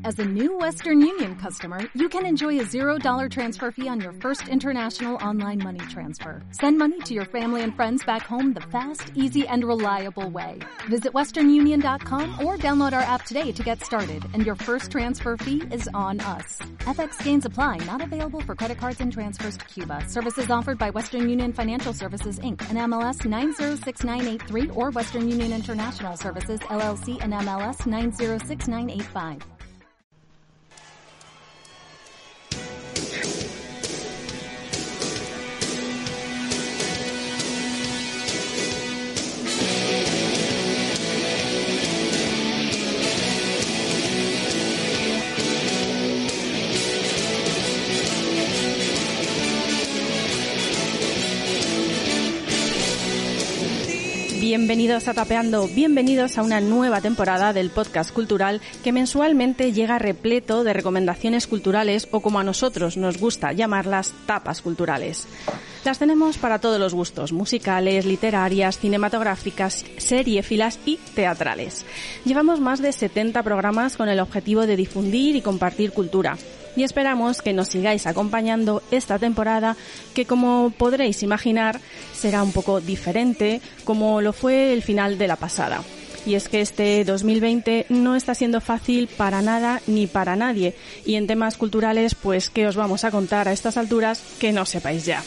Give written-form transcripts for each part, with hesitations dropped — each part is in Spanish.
As a new Western Union customer, you can enjoy a $0 transfer fee on your first international online money transfer. Send money to your family and friends back home the fast, easy, and reliable way. Visit westernunion.com or download our app today to get started, and your first transfer fee is on us. FX gains apply, not available for credit cards and transfers to Cuba. Services offered by Western Union Financial Services, Inc., and MLS 906983, or Western Union International Services, LLC, and MLS 906985. Bienvenidos a Tapeando, bienvenidos a una nueva temporada del podcast cultural que mensualmente llega repleto de recomendaciones culturales o, como a nosotros nos gusta llamarlas, tapas culturales. Las tenemos para todos los gustos, musicales, literarias, cinematográficas, seriéfilas y teatrales. Llevamos más de 70 programas con el objetivo de difundir y compartir cultura. Y esperamos que nos sigáis acompañando esta temporada que, como podréis imaginar, será un poco diferente como lo fue el final de la pasada. Y es que este 2020 no está siendo fácil para nada ni para nadie. Y en temas culturales, pues, ¿qué os vamos a contar a estas alturas que no sepáis ya?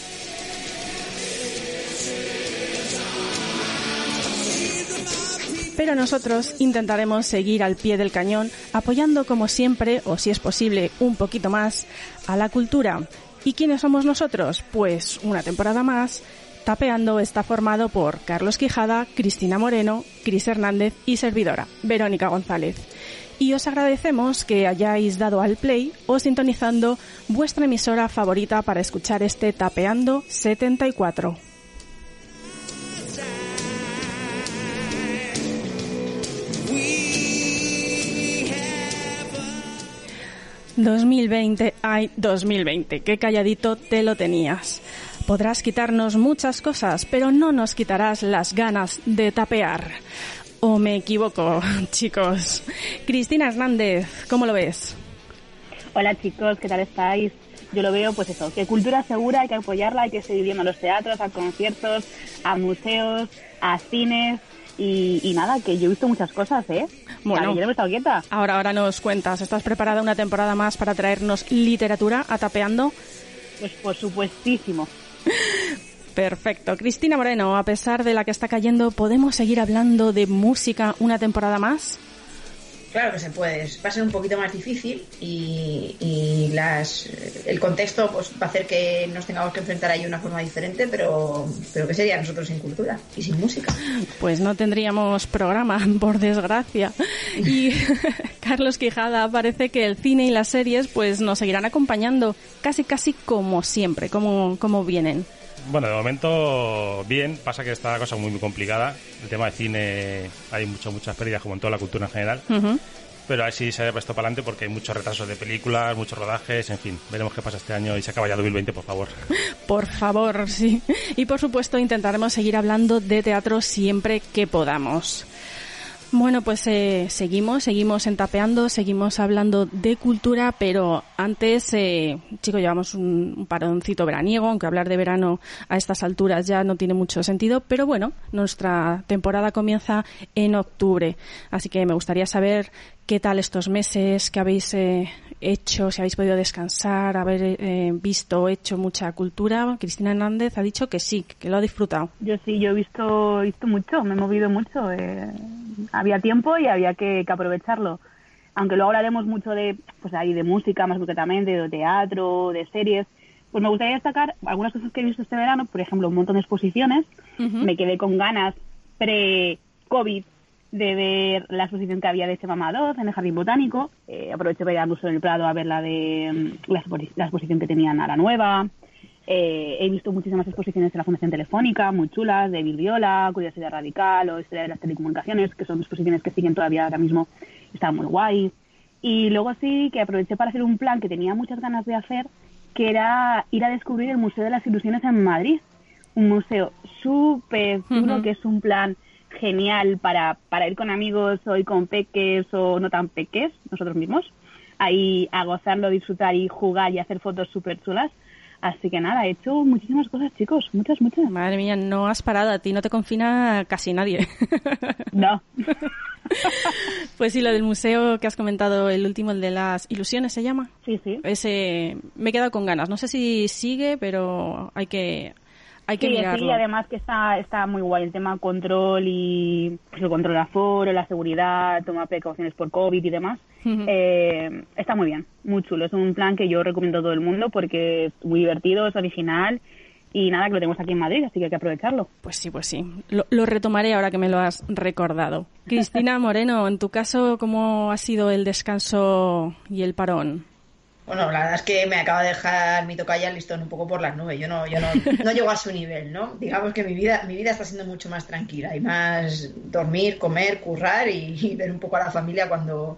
Pero nosotros intentaremos seguir al pie del cañón, apoyando como siempre, o si es posible un poquito más, a la cultura. ¿Y quiénes somos nosotros? Pues una temporada más, Tapeando está formado por Carlos Quijada, Cristina Moreno, Cris Hernández y servidora, Verónica González. Y os agradecemos que hayáis dado al play o sintonizando vuestra emisora favorita para escuchar este Tapeando 74. 2020, ay, 2020, qué calladito te lo tenías. Podrás quitarnos muchas cosas, pero no nos quitarás las ganas de tapear. ¿O me equivoco, chicos? Cristina Hernández, ¿cómo lo ves? Hola chicos, ¿qué tal estáis? Yo lo veo, pues eso, que cultura segura, hay que apoyarla, hay que seguir yendo a los teatros, a conciertos, a museos, a cines. Y nada, que yo he visto muchas cosas, ¿eh? Bueno, yo no me he estado quieta. Ahora nos cuentas. ¿Estás preparada una temporada más para traernos literatura a Tapeando? Pues por supuestísimo. Perfecto. Cristina Moreno, a pesar de la que está cayendo, ¿podemos seguir hablando de música una temporada más? Claro que se puede. Va a ser un poquito más difícil y el contexto pues va a hacer que nos tengamos que enfrentar ahí de una forma diferente, pero ¿qué sería nosotros sin cultura y sin música? Pues no tendríamos programa, por desgracia. Y Carlos Quijada, parece que el cine y las series pues nos seguirán acompañando casi como siempre, como vienen. Bueno, de momento bien, pasa que está la cosa muy complicada. El tema de cine, hay muchas pérdidas como en toda la cultura en general. Uh-huh. Pero así se ha puesto para adelante porque hay muchos retrasos de películas, muchos rodajes, en fin. Veremos qué pasa este año y se acaba ya 2020, por favor. Por favor, sí. Y por supuesto intentaremos seguir hablando de teatro siempre que podamos. Bueno, pues seguimos en Tapeando, seguimos hablando de cultura, pero antes, chicos, llevamos un paroncito veraniego, aunque hablar de verano a estas alturas ya no tiene mucho sentido, pero bueno, nuestra temporada comienza en octubre, así que me gustaría saber qué tal estos meses, qué habéis hecho, si habéis podido descansar, haber visto o hecho mucha cultura. Cristina Hernández ha dicho que sí, que lo ha disfrutado. Yo sí, yo he visto mucho, me he movido mucho. Había tiempo y había que aprovecharlo. Aunque luego hablaremos mucho de música más concretamente, de teatro, de series, pues me gustaría destacar algunas cosas que he visto este verano. Por ejemplo, un montón de exposiciones. Uh-huh. Me quedé con ganas pre-COVID de ver la exposición que había de Chema Madoz en el Jardín Botánico. Aproveché para ir al Museo del Prado a ver la exposición que tenían a la nueva. He visto muchísimas exposiciones de la Fundación Telefónica, muy chulas, de Vildiola, Curiosidad Radical o Historia de las Telecomunicaciones, que son exposiciones que siguen todavía ahora mismo, están muy guays. Y luego sí que aproveché para hacer un plan que tenía muchas ganas de hacer, que era ir a descubrir el Museo de las Ilusiones en Madrid. Un museo súper chulo, uh-huh, que es un plan genial para ir con amigos o ir con peques o no tan peques, nosotros mismos, ahí a gozarlo, disfrutar y jugar y hacer fotos súper chulas. Así que nada, he hecho muchísimas cosas, chicos, muchas. Madre mía, no has parado, a ti no te confina casi nadie. No. Pues sí, lo del museo que has comentado, el último, el de las ilusiones, ¿se llama? Sí. Ese me he quedado con ganas. No sé si sigue, pero hay que mirarlo. Sí, además que está muy guay el tema control y pues, el control de aforo, la seguridad, toma precauciones por COVID y demás. Uh-huh. Está muy bien, muy chulo. Es un plan que yo recomiendo a todo el mundo porque es muy divertido, es original y nada, que lo tenemos aquí en Madrid, así que hay que aprovecharlo. Pues sí. Lo retomaré ahora que me lo has recordado. Cristina Moreno, en tu caso, ¿cómo ha sido el descanso y el parón? Bueno, la verdad es que me acaba de dejar mi tocaya el listón un poco por las nubes. Yo no llego a su nivel, ¿no? Digamos que mi vida está siendo mucho más tranquila y más dormir, comer, currar y ver un poco a la familia cuando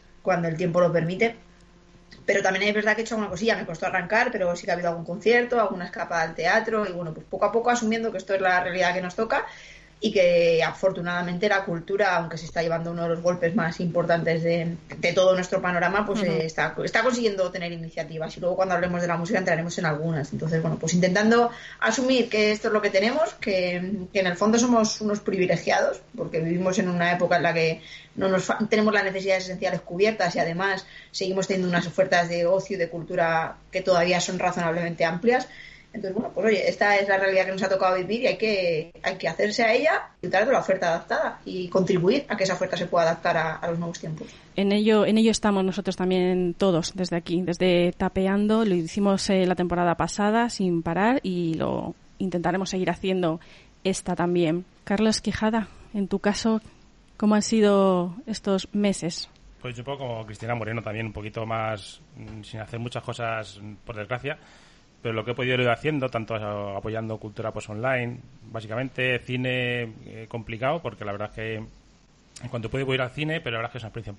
el tiempo lo permite. Pero también es verdad que he hecho alguna cosilla, me costó arrancar, pero sí que ha habido algún concierto, alguna escapada al teatro y bueno, pues poco a poco asumiendo que esto es la realidad que nos toca y que afortunadamente la cultura, aunque se está llevando uno de los golpes más importantes de todo nuestro panorama, pues uh-huh. está consiguiendo tener iniciativas y luego cuando hablemos de la música entraremos en algunas. Entonces, bueno, pues intentando asumir que esto es lo que tenemos, que en el fondo somos unos privilegiados porque vivimos en una época en la que tenemos las necesidades esenciales cubiertas y además seguimos teniendo unas ofertas de ocio y de cultura que todavía son razonablemente amplias. Entonces, bueno, pues oye, esta es la realidad que nos ha tocado vivir y hay que hacerse a ella, disfrutar de la oferta adaptada y contribuir a que esa oferta se pueda adaptar a los nuevos tiempos. En ello estamos nosotros también todos, desde aquí, desde Tapeando. Lo hicimos la temporada pasada sin parar y lo intentaremos seguir haciendo esta también. Carlos Quijada, en tu caso, ¿cómo han sido estos meses? Pues yo un poco como Cristina Moreno también, un poquito más, sin hacer muchas cosas, por desgracia. Pero lo que he podido ir haciendo, tanto apoyando cultura pues online, básicamente cine complicado, porque la verdad es que en cuanto puedo ir al cine, pero la verdad es que es una experiencia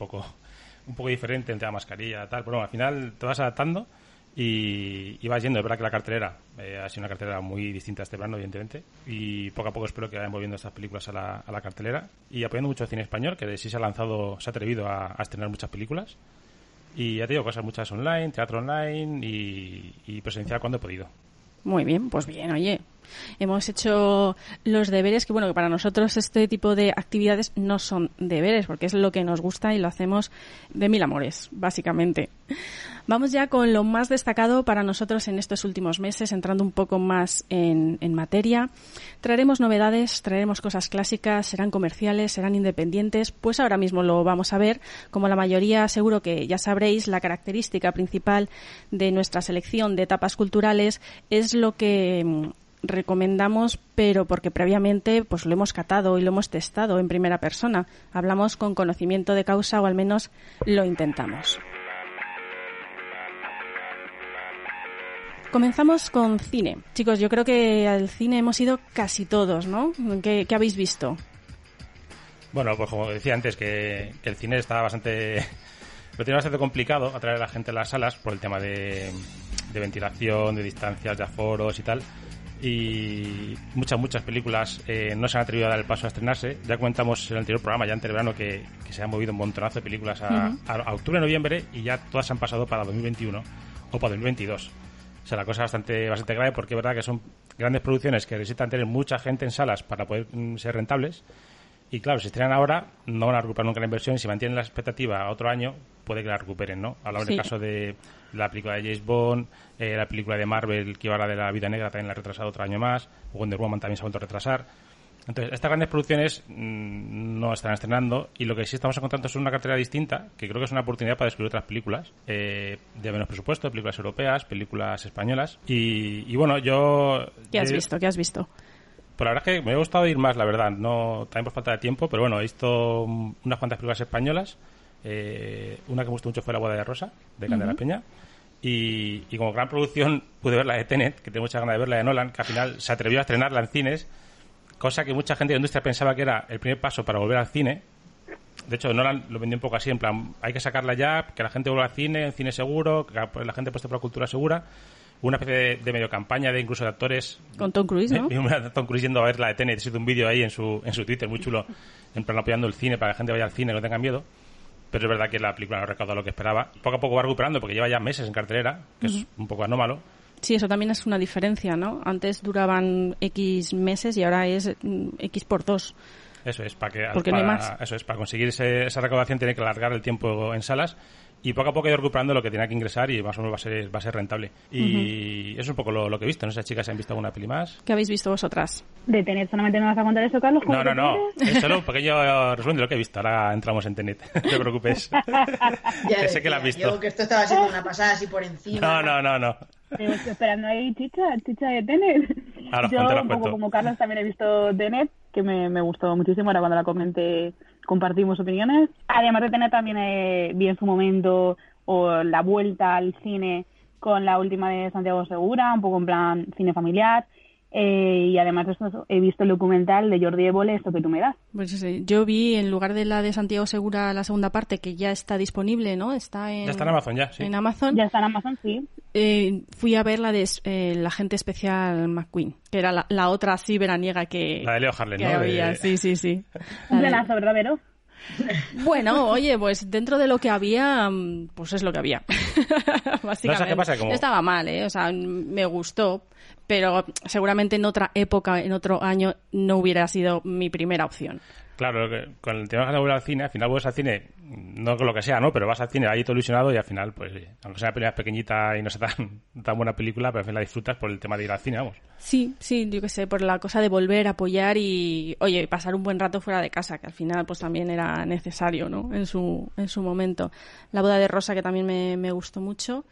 un poco diferente entre la mascarilla y tal. Pero bueno, al final te vas adaptando y vas yendo. Es verdad que la cartelera ha sido una cartelera muy distinta este verano, evidentemente, y poco a poco espero que vayan volviendo estas películas a la cartelera y apoyando mucho el cine español, que sí se ha atrevido a estrenar muchas películas. Y ya te digo, cosas muchas online, teatro online y presencial cuando he podido. Muy bien, pues bien, oye. Hemos hecho los deberes, que bueno, que para nosotros este tipo de actividades no son deberes, porque es lo que nos gusta y lo hacemos de mil amores, básicamente. Vamos ya con lo más destacado para nosotros en estos últimos meses, entrando un poco más en materia. Traeremos novedades, traeremos cosas clásicas, serán comerciales, serán independientes, pues ahora mismo lo vamos a ver. Como la mayoría seguro que ya sabréis, la característica principal de nuestra selección de etapas culturales es lo que recomendamos, pero porque previamente pues lo hemos catado y lo hemos testado en primera persona. Hablamos con conocimiento de causa o al menos lo intentamos. Comenzamos con cine. Chicos, yo creo que al cine hemos ido casi todos, ¿no? ¿Qué habéis visto? Bueno, pues como decía antes, que el cine está bastante... Lo tiene bastante complicado atraer a la gente a las salas por el tema de ventilación, de distancias, de aforos y tal. Y muchas películas no se han atrevido a dar el paso a estrenarse. Ya comentamos en el anterior programa, ya antes del verano, que se han movido un montonazo de películas a octubre, noviembre, y ya todas han pasado para 2021 o para 2022. O sea, la cosa es bastante grave porque es verdad que son grandes producciones que necesitan tener mucha gente en salas para poder ser rentables. Y claro, si estrenan ahora, no van a recuperar nunca la inversión. Y si mantienen la expectativa a otro año, puede que la recuperen, ¿no? Hablamos del caso de la película de James Bond, la película de Marvel, que iba ahora de la Vida Negra, también la ha retrasado otro año más. Wonder Woman también se ha vuelto a retrasar. Entonces, estas grandes producciones no están estrenando, y lo que sí estamos encontrando es una cartera distinta, que creo que es una oportunidad para descubrir otras películas de menos presupuesto, películas europeas, películas españolas. Y bueno, yo... ¿Qué has visto? Pues la verdad es que me ha gustado ir más, la verdad, no también por falta de tiempo, pero bueno, he visto unas cuantas películas españolas. Una que me gustó mucho fue La boda de Rosa, de Candela Peña. Y como gran producción pude ver la de Tenet, que tengo mucha ganas de ver, la de Nolan, que al final se atrevió a estrenarla en cines, cosa que mucha gente de la industria pensaba que era el primer paso para volver al cine. De hecho, Nolan lo vendió un poco así, en plan, hay que sacarla ya, que la gente vuelva al cine, en cine seguro, que la gente apueste por la cultura segura. Una especie de medio campaña de incluso de actores. Con Tom Cruise, ¿no? Tom Cruise yendo a ver la de Tenet, hizo un vídeo ahí en su Twitter muy chulo, en plan apoyando el cine para que la gente vaya al cine y no tenga miedo. pero es verdad que la película no recauda lo que esperaba. Poco a poco va recuperando porque lleva ya meses en cartelera, que es un poco anómalo. Sí, eso también es una diferencia, ¿no? Antes duraban X meses y ahora es X por 2. Eso es, para conseguir esa recaudación tiene que alargar el tiempo en salas y poco a poco ir recuperando lo que tenía que ingresar y más o menos va a ser rentable. Y eso es un poco lo que he visto. No sé, chicas, ¿han visto alguna peli más? ¿Qué habéis visto vosotras? ¿De Tenet solamente me vas a contar eso, Carlos? No. Es solo un pequeño resumen de lo que he visto. Ahora entramos en Tenet. No te preocupes. Ya sé que la has visto. Yo que esto estaba siendo una pasada así por encima. No. Estoy esperando ahí chicha de Tenet. Ahora Yo, un poco como Carlos, también he visto Tenet, que me gustó muchísimo. Ahora cuando la comenté compartimos opiniones. Además de Tenet también vi en su momento o la vuelta al cine con la última de Santiago Segura, un poco en plan cine familiar. Y además de eso he visto el documental de Jordi Évole, Esto que tú me das. Pues sí, yo vi en lugar de la de Santiago Segura la segunda parte, que ya está disponible, ¿no? Ya está en Amazon, ya, sí. En Amazon. Ya está en Amazon, sí. Fui a ver la de la agente especial McQueen, que era la otra así veraniega que... La de Leo Harlem, que ¿no? había, sí. Un planazo, ¿verdad, Vero? Bueno, oye, pues dentro de lo que había, pues es lo que había. Básicamente. No sé qué pasa, No estaba mal, ¿eh? O sea, me gustó, pero seguramente en otra época, en otro año, no hubiera sido mi primera opción. Claro, con el tema de volver al cine, al final vuelves al cine, no con lo que sea, ¿no? Pero vas al cine ahí todo ilusionado y al final, pues, aunque sea una película pequeñita y no sea tan buena película, pero al final la disfrutas por el tema de ir al cine, vamos. Sí, yo qué sé, por la cosa de volver a apoyar y, oye, pasar un buen rato fuera de casa, que al final, pues, también era necesario, ¿no? En su momento. La boda de Rosa, que también me gustó mucho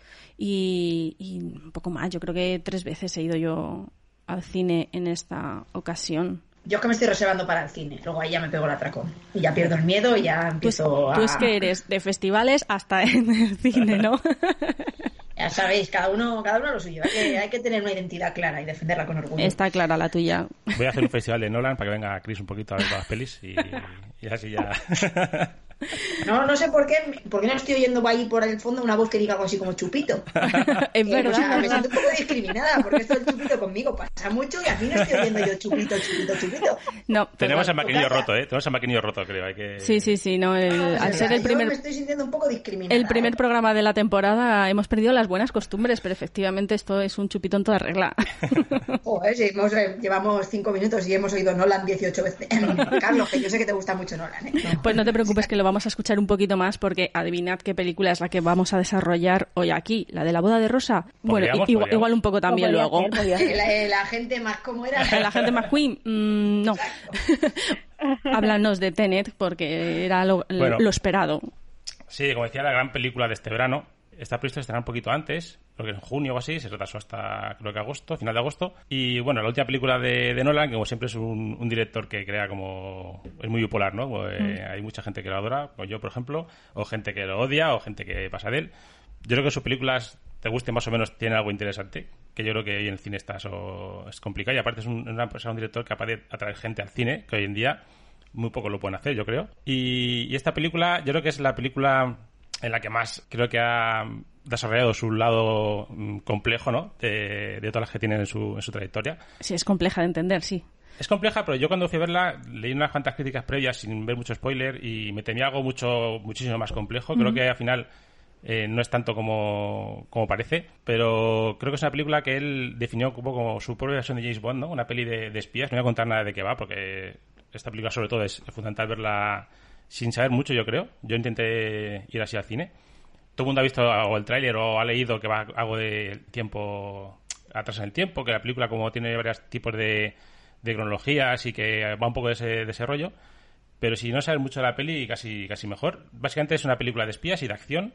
y un poco más. Yo creo que 3 veces he ido yo al cine en esta ocasión. Yo es que me estoy reservando para el cine, luego ahí ya me pego el atracón y ya pierdo el miedo y ya empiezo Tú es que eres de festivales hasta en el cine, ¿no? Ya sabéis, cada uno lo suyo. Hay que tener una identidad clara y defenderla con orgullo. Está clara la tuya. Voy a hacer un festival de Nolan para que venga Chris un poquito a ver todas las pelis y así ya... No sé por qué no estoy oyendo ahí por el fondo una voz que diga algo así como Chupito. Es verdad. O sea, me siento un poco discriminada porque esto del Chupito conmigo pasa mucho y a mí no estoy oyendo yo Chupito. No. Tenemos el maquinillo roto, Tenemos el maquinillo roto, creo. Hay que... Sí, no. Al ser el primer... Yo me estoy sintiendo un poco discriminada. El primer programa de la temporada hemos perdido las buenas costumbres, pero efectivamente esto es un chupito en toda regla. Joder, si llevamos 5 minutos y hemos oído Nolan 18 veces. Carlos, que yo sé que te gusta mucho Nolan, ¿eh? No. Pues no te preocupes que lo vamos a escuchar un poquito más porque adivinad qué película es la que vamos a desarrollar hoy aquí. ¿La de la boda de Rosa? Bueno, igual un poco también luego. La gente más, ¿cómo era? La gente más Queen, no. Háblanos de Tenet porque era lo esperado. Sí, como decía, la gran película de este verano. Está previsto estrenar un poquito antes, creo que en junio o así, se retrasó hasta, creo que agosto, final de agosto. Y bueno, la última película de Nolan, que como siempre es un director que crea como... es muy bipolar, ¿no? Hay mucha gente que lo adora, como yo, por ejemplo, o gente que lo odia, o gente que pasa de él. Yo creo que sus películas, te gusten más o menos, tienen algo interesante, que yo creo que hoy en el cine es complicado. Y aparte es un director capaz de atraer gente al cine, que hoy en día muy poco lo pueden hacer, yo creo. Y esta película, yo creo que es la película en la que más creo que ha desarrollado su lado complejo, ¿no? De todas las que tiene en su trayectoria. Sí, es compleja de entender, sí. Es compleja, pero yo cuando fui a verla leí unas cuantas críticas previas sin ver mucho spoiler y me temía algo muchísimo más complejo. Creo que al final no es tanto como parece, pero creo que es una película que él definió como su propia versión de James Bond, ¿no? Una peli de espías. No voy a contar nada de qué va porque esta película sobre todo es fundamental verla sin saber mucho, yo creo. Yo intenté ir así al cine. Todo el mundo ha visto o el tráiler o ha leído que va algo de tiempo atrás en el tiempo, que la película como tiene varios tipos de cronologías y que va un poco de ese rollo. Pero si no sabes mucho de la peli, casi mejor. Básicamente es una película de espías y de acción.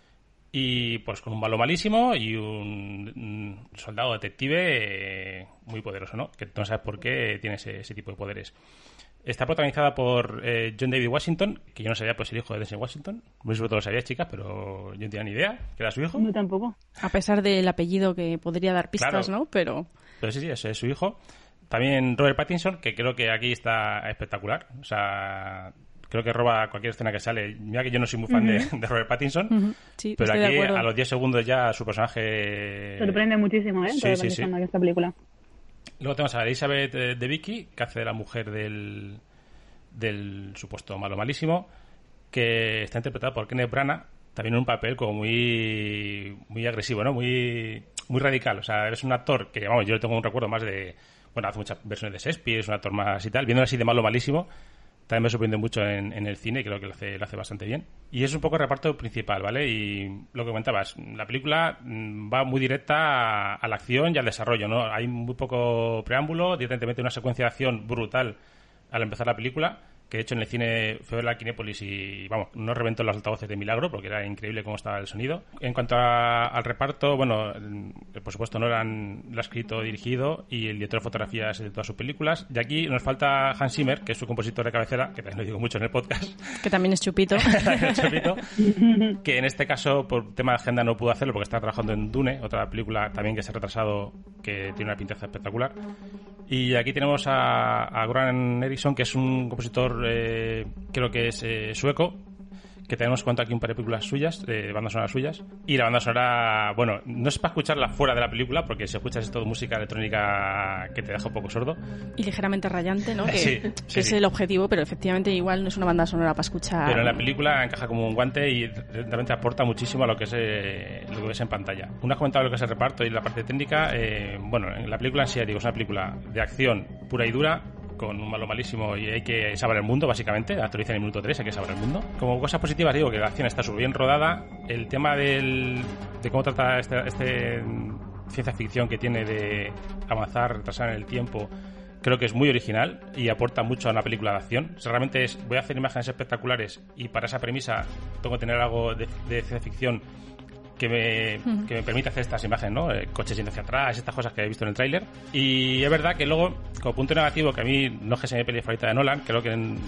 Y pues con un malo malísimo y un soldado detective muy poderoso, ¿no? Que no sabes por qué tiene ese tipo de poderes. Está protagonizada por John David Washington, que yo no sabía, pues el hijo de Denzel Washington. Muy sobre todo lo sabía, chicas, pero yo no tenía ni idea que era su hijo. No, tampoco. A pesar del apellido que podría dar pistas, claro, ¿no? Pero sí, ese es su hijo. También Robert Pattinson, que creo que aquí está espectacular. O sea, creo que roba cualquier escena que sale. Mira que yo no soy muy fan de Robert Pattinson, sí, pero aquí a los 10 segundos ya su personaje... sorprende muchísimo, ¿eh? Sí. Esta película. Luego tenemos a Elizabeth Debicki, que hace de la mujer del supuesto malo malísimo, que está interpretado por Kenneth Branagh, también en un papel como muy agresivo, ¿no? Muy radical. O sea, es un actor que, vamos, yo le tengo un recuerdo más de... Bueno, hace muchas versiones de Shakespeare, es un actor más y tal. Viéndolo así de malo malísimo, también me sorprende mucho en el cine y creo que lo hace bastante bien. Y es un poco el reparto principal, ¿vale? Y lo que comentabas, la película va muy directa a la acción y al desarrollo, ¿no? Hay muy poco preámbulo, directamente una secuencia de acción brutal al empezar la película, que de hecho en el cine fue ver la Kinépolis y, vamos, no reventó los altavoces de milagro porque era increíble cómo estaba el sonido. En cuanto al reparto, bueno, por supuesto Nolan lo ha escrito, dirigido, y el director de fotografía es de todas sus películas. Y aquí nos falta Hans Zimmer, que es su compositor de cabecera, que también lo digo mucho en el podcast. Que también es chupito. Chupito, que en este caso, por tema de agenda, no pudo hacerlo porque está trabajando en Dune, otra película también que se ha retrasado, que tiene una pintaza espectacular. Y aquí tenemos a Göran Eriksson, que es un compositor, creo que es sueco, que tenemos cuenta aquí un par de películas suyas, de bandas sonoras suyas. Y la banda sonora, bueno, no es para escucharla fuera de la película, porque si escuchas es todo música electrónica que te deja un poco sordo. Y ligeramente rayante, ¿no? Que, sí, que es el objetivo, pero efectivamente igual no es una banda sonora para escuchar. Pero en la película encaja como un guante y realmente aporta muchísimo a lo que ves en pantalla. Una has comentado lo que es el reparto y la parte técnica. Bueno, en la película en sí, digo, es una película de acción pura y dura, con un malo malísimo y hay que salvar el mundo, básicamente. Actualiza en el minuto 3, hay que salvar el mundo. Como cosas positivas digo que la acción está súper bien rodada. El tema de cómo trata este ciencia ficción que tiene de avanzar, retrasar en el tiempo, creo que es muy original y aporta mucho a una película de acción. O sea, realmente voy a hacer imágenes espectaculares y para esa premisa tengo que tener algo de ciencia ficción que me permite hacer estas imágenes, ¿no? Coches yendo hacia atrás, estas cosas que he visto en el tráiler. Y es verdad que luego, como punto negativo, que a mí no es que sea mi peli favorita de Nolan, creo que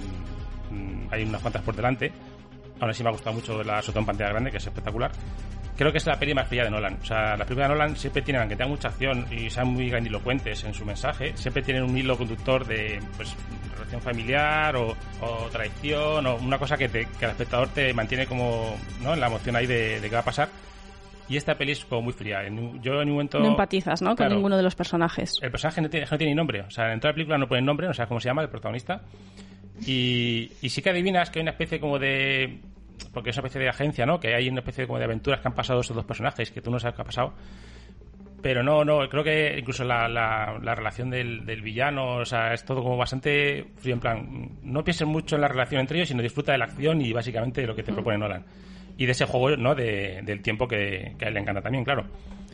hay unas cuantas por delante. Aún así me ha gustado mucho la sobre todo en pantalla grande, que es espectacular. Creo que es la peli más fría de Nolan. O sea, las películas de Nolan siempre tienen, aunque tengan mucha acción y sean muy grandilocuentes en su mensaje, siempre tienen un hilo conductor de, pues, relación familiar o traición o una cosa que el espectador te mantiene como, ¿no?, en la emoción ahí de qué va a pasar. Y esta peli es como muy fría. Yo en un momento... No empatizas, ¿no? Claro, con ninguno de los personajes. El personaje no tiene ni nombre. O sea, en toda la película no pone nombre, no sabes cómo se llama el protagonista. Y sí que adivinas que hay una especie como de... Porque es una especie de agencia, ¿no? Que hay una especie como de aventuras que han pasado esos dos personajes, que tú no sabes qué ha pasado. Pero no, creo que incluso la relación del villano, o sea, es todo como bastante frío, en plan, no pienses mucho en la relación entre ellos, sino disfruta de la acción y básicamente de lo que te propone Nolan. Y de ese juego, ¿no?, del tiempo que a él le encanta también, claro.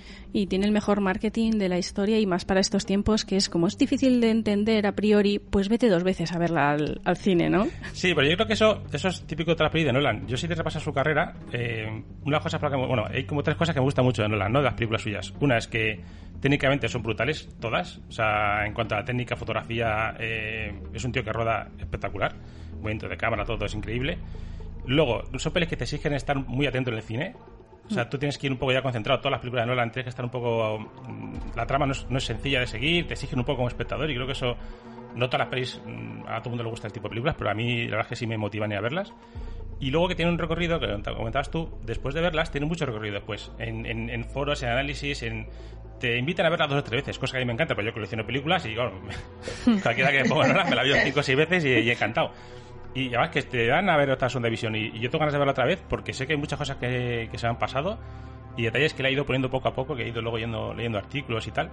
Y tiene el mejor marketing de la historia y más para estos tiempos, que es como es difícil de entender a priori, pues vete 2 veces a verla al cine, ¿no? Sí, pero yo creo que eso es típico de todas las películas de Nolan. Yo, si te repasas su carrera, una cosa para que... Bueno, hay como 3 cosas que me gustan mucho de Nolan, ¿no?, de las películas suyas. Una es que técnicamente son brutales todas. O sea, en cuanto a la técnica, fotografía, es un tío que roda espectacular. Movimiento de cámara, todo es increíble. Luego, son pelis que te exigen estar muy atento en el cine. O sea, tú tienes que ir un poco ya concentrado. Todas las películas de Nolan tienes que estar un poco... La trama no es sencilla de seguir, te exigen un poco como espectador y creo que eso... No todas las pelis... A todo el mundo le gusta el tipo de películas, pero a mí la verdad es que sí me motivan a verlas. Y luego que tiene un recorrido, que comentabas tú, después de verlas, tiene mucho recorrido después. En foros, en análisis, te invitan a verlas 2 o 3 veces, cosa que a mí me encanta, porque yo colecciono películas y, claro, cualquiera que me ponga Nolan me la veo 5 o 6 veces y encantado. Y además que te dan a ver otra segunda visión y yo tengo ganas de verla otra vez porque sé que hay muchas cosas que se han pasado y detalles que le he ido poniendo poco a poco, que he ido luego leyendo artículos y tal,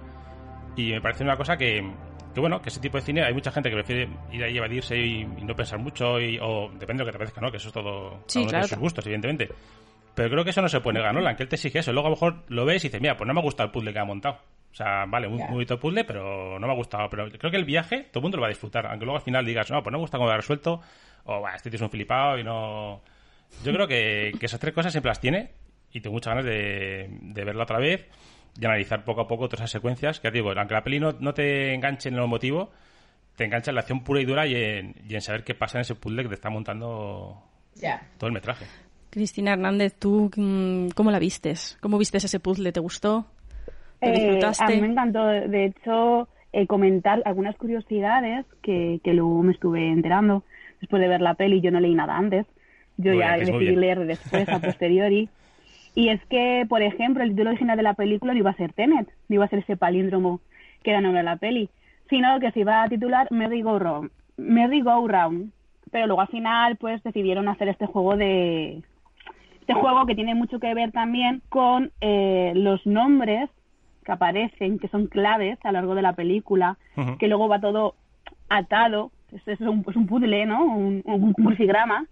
y me parece una cosa que bueno, que ese tipo de cine hay mucha gente que prefiere ir ahí a evadirse y no pensar mucho o depende de lo que te parezca, ¿no? Que eso es todo sí, claro, de sus gustos, evidentemente, pero creo que eso no se puede negar, ¿no? Que él te exige eso, luego a lo mejor lo ves y dices, mira, pues no me ha gustado el puzzle que ha montado. O sea, vale, muy bonito puzzle, pero no me ha gustado. Pero creo que el viaje, todo el mundo lo va a disfrutar. Aunque luego al final digas, no, pues no me gusta cómo lo ha resuelto. O, este tío es un flipado y no... Yo creo que esas 3 cosas siempre las tiene. Y tengo muchas ganas de verla otra vez. Y analizar poco a poco todas esas secuencias. Que ya digo, aunque la peli no te enganche en lo emotivo, te engancha en la acción pura y dura y en saber qué pasa en ese puzzle que te está montando todo el metraje. Cristina Hernández, ¿tú cómo la vistes? ¿Cómo vistes ese puzzle? ¿Te gustó? ¿Te disfrutaste? A mí me encantó, de hecho, comentar algunas curiosidades que luego me estuve enterando después de ver la peli. Yo no leí nada antes, yo ya decidí leer después, a posteriori. Y es que, por ejemplo, el título original de la película no iba a ser Tenet, no iba a ser ese palíndromo que da nombre a la peli, sino que se iba a titular Merry Go Round, pero luego al final pues decidieron hacer este juego que tiene mucho que ver también con los nombres que aparecen, que son claves a lo largo de la película, que luego va todo atado, es un puzzle, ¿no? Un crucigrama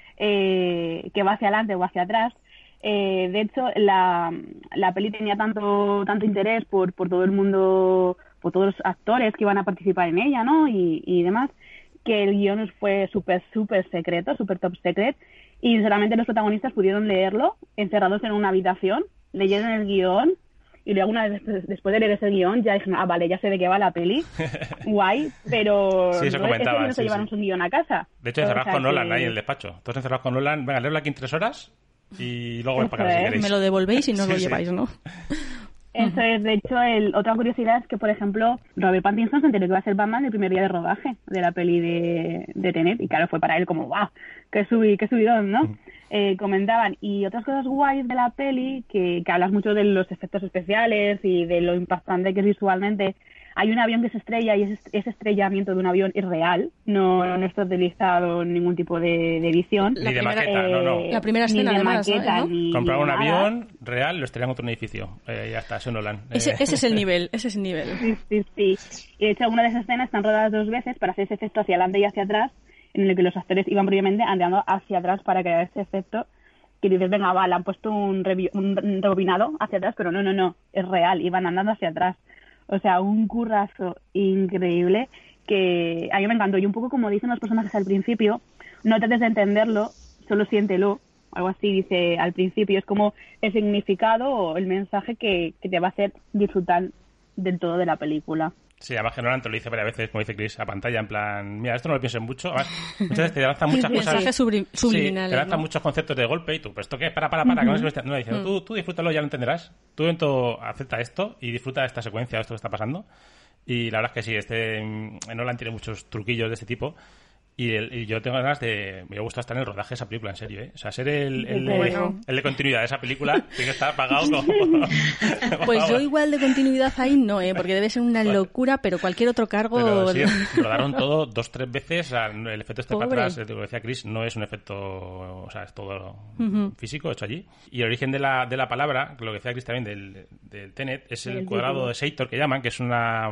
que va hacia adelante o hacia atrás. De hecho, la peli tenía tanto interés por todo el mundo, por todos los actores que iban a participar en ella, ¿no? Y demás, que el guión fue súper secreto, súper top secret, y solamente los protagonistas pudieron leerlo encerrados en una habitación, leyeron el guión, y luego una vez después de leer ese guión ya dijeron, vale, ya sé de qué va la peli, guay, pero sí, eso no, comentaba, no se llevaron su guión a casa. De hecho, encerrados con Nolan ahí en el despacho. Todos encerrados con Nolan, venga, leerlo aquí en 3 horas y luego para casa si queréis. Me lo devolvéis y no lo lleváis, ¿no? Eso es, de hecho, otra curiosidad es que, por ejemplo, Robert Pattinson se enteró que iba a ser Batman el primer día de rodaje de la peli de Tenet, y claro, fue para él como, ¡guau! ¡Qué subidón!, ¿no? Comentaban. Y otras cosas guays de la peli, que hablas mucho de los efectos especiales y de lo impactante que es visualmente. Hay un avión que se estrella y ese estrellamiento de un avión es real, no está utilizado ningún tipo de edición. Ni de maqueta, no. La primera escena, además, ¿no? Compraron un avión real, lo estrellan contra un edificio. Ya está, eso Nolan. Ese es el nivel, Sí. Y de hecho, algunas de esas escenas están rodadas 2 veces para hacer ese efecto hacia adelante y hacia atrás, en el que los actores iban previamente andando hacia atrás para crear ese efecto. Que dices, venga, le han puesto un rebobinado hacia atrás, pero no, es real, iban andando hacia atrás. O sea, un currazo increíble que a mí me encantó. Y un poco como dicen los personajes al principio, no trates de entenderlo, solo siéntelo. Algo así dice al principio. Es como el significado o el mensaje que te va a hacer disfrutar del todo de la película. Sí, además que Nolan te lo dice varias veces, como dice Chris, a pantalla, en plan, mira, esto no lo piensen mucho. Además, muchas veces te lanzan muchas cosas. Mensajes subliminales. Sí, te lanzan muchos conceptos de golpe y tú, ¿pero esto qué es? Para, que no se me esté... No, diciendo, tú disfrútalo, ya lo entenderás. Tú acepta esto y disfruta de esta secuencia, de esto que está pasando. Y la verdad es que sí, Nolan tiene muchos truquillos de este tipo. Y yo tengo ganas me gusta estar en el rodaje de esa película, en serio, ¿eh? O sea, ser el de continuidad de esa película tiene que estar pagado como... Pues yo igual de continuidad ahí no, porque debe ser una locura, pero cualquier otro cargo... Pero sí, rodaron todo 2-3 veces, o sea, el efecto para atrás, lo decía Chris, no es un efecto, o sea, es todo físico hecho allí. Y el origen de la palabra, lo que decía Chris también del Tenet, es el cuadrado de Sator, que llaman, que es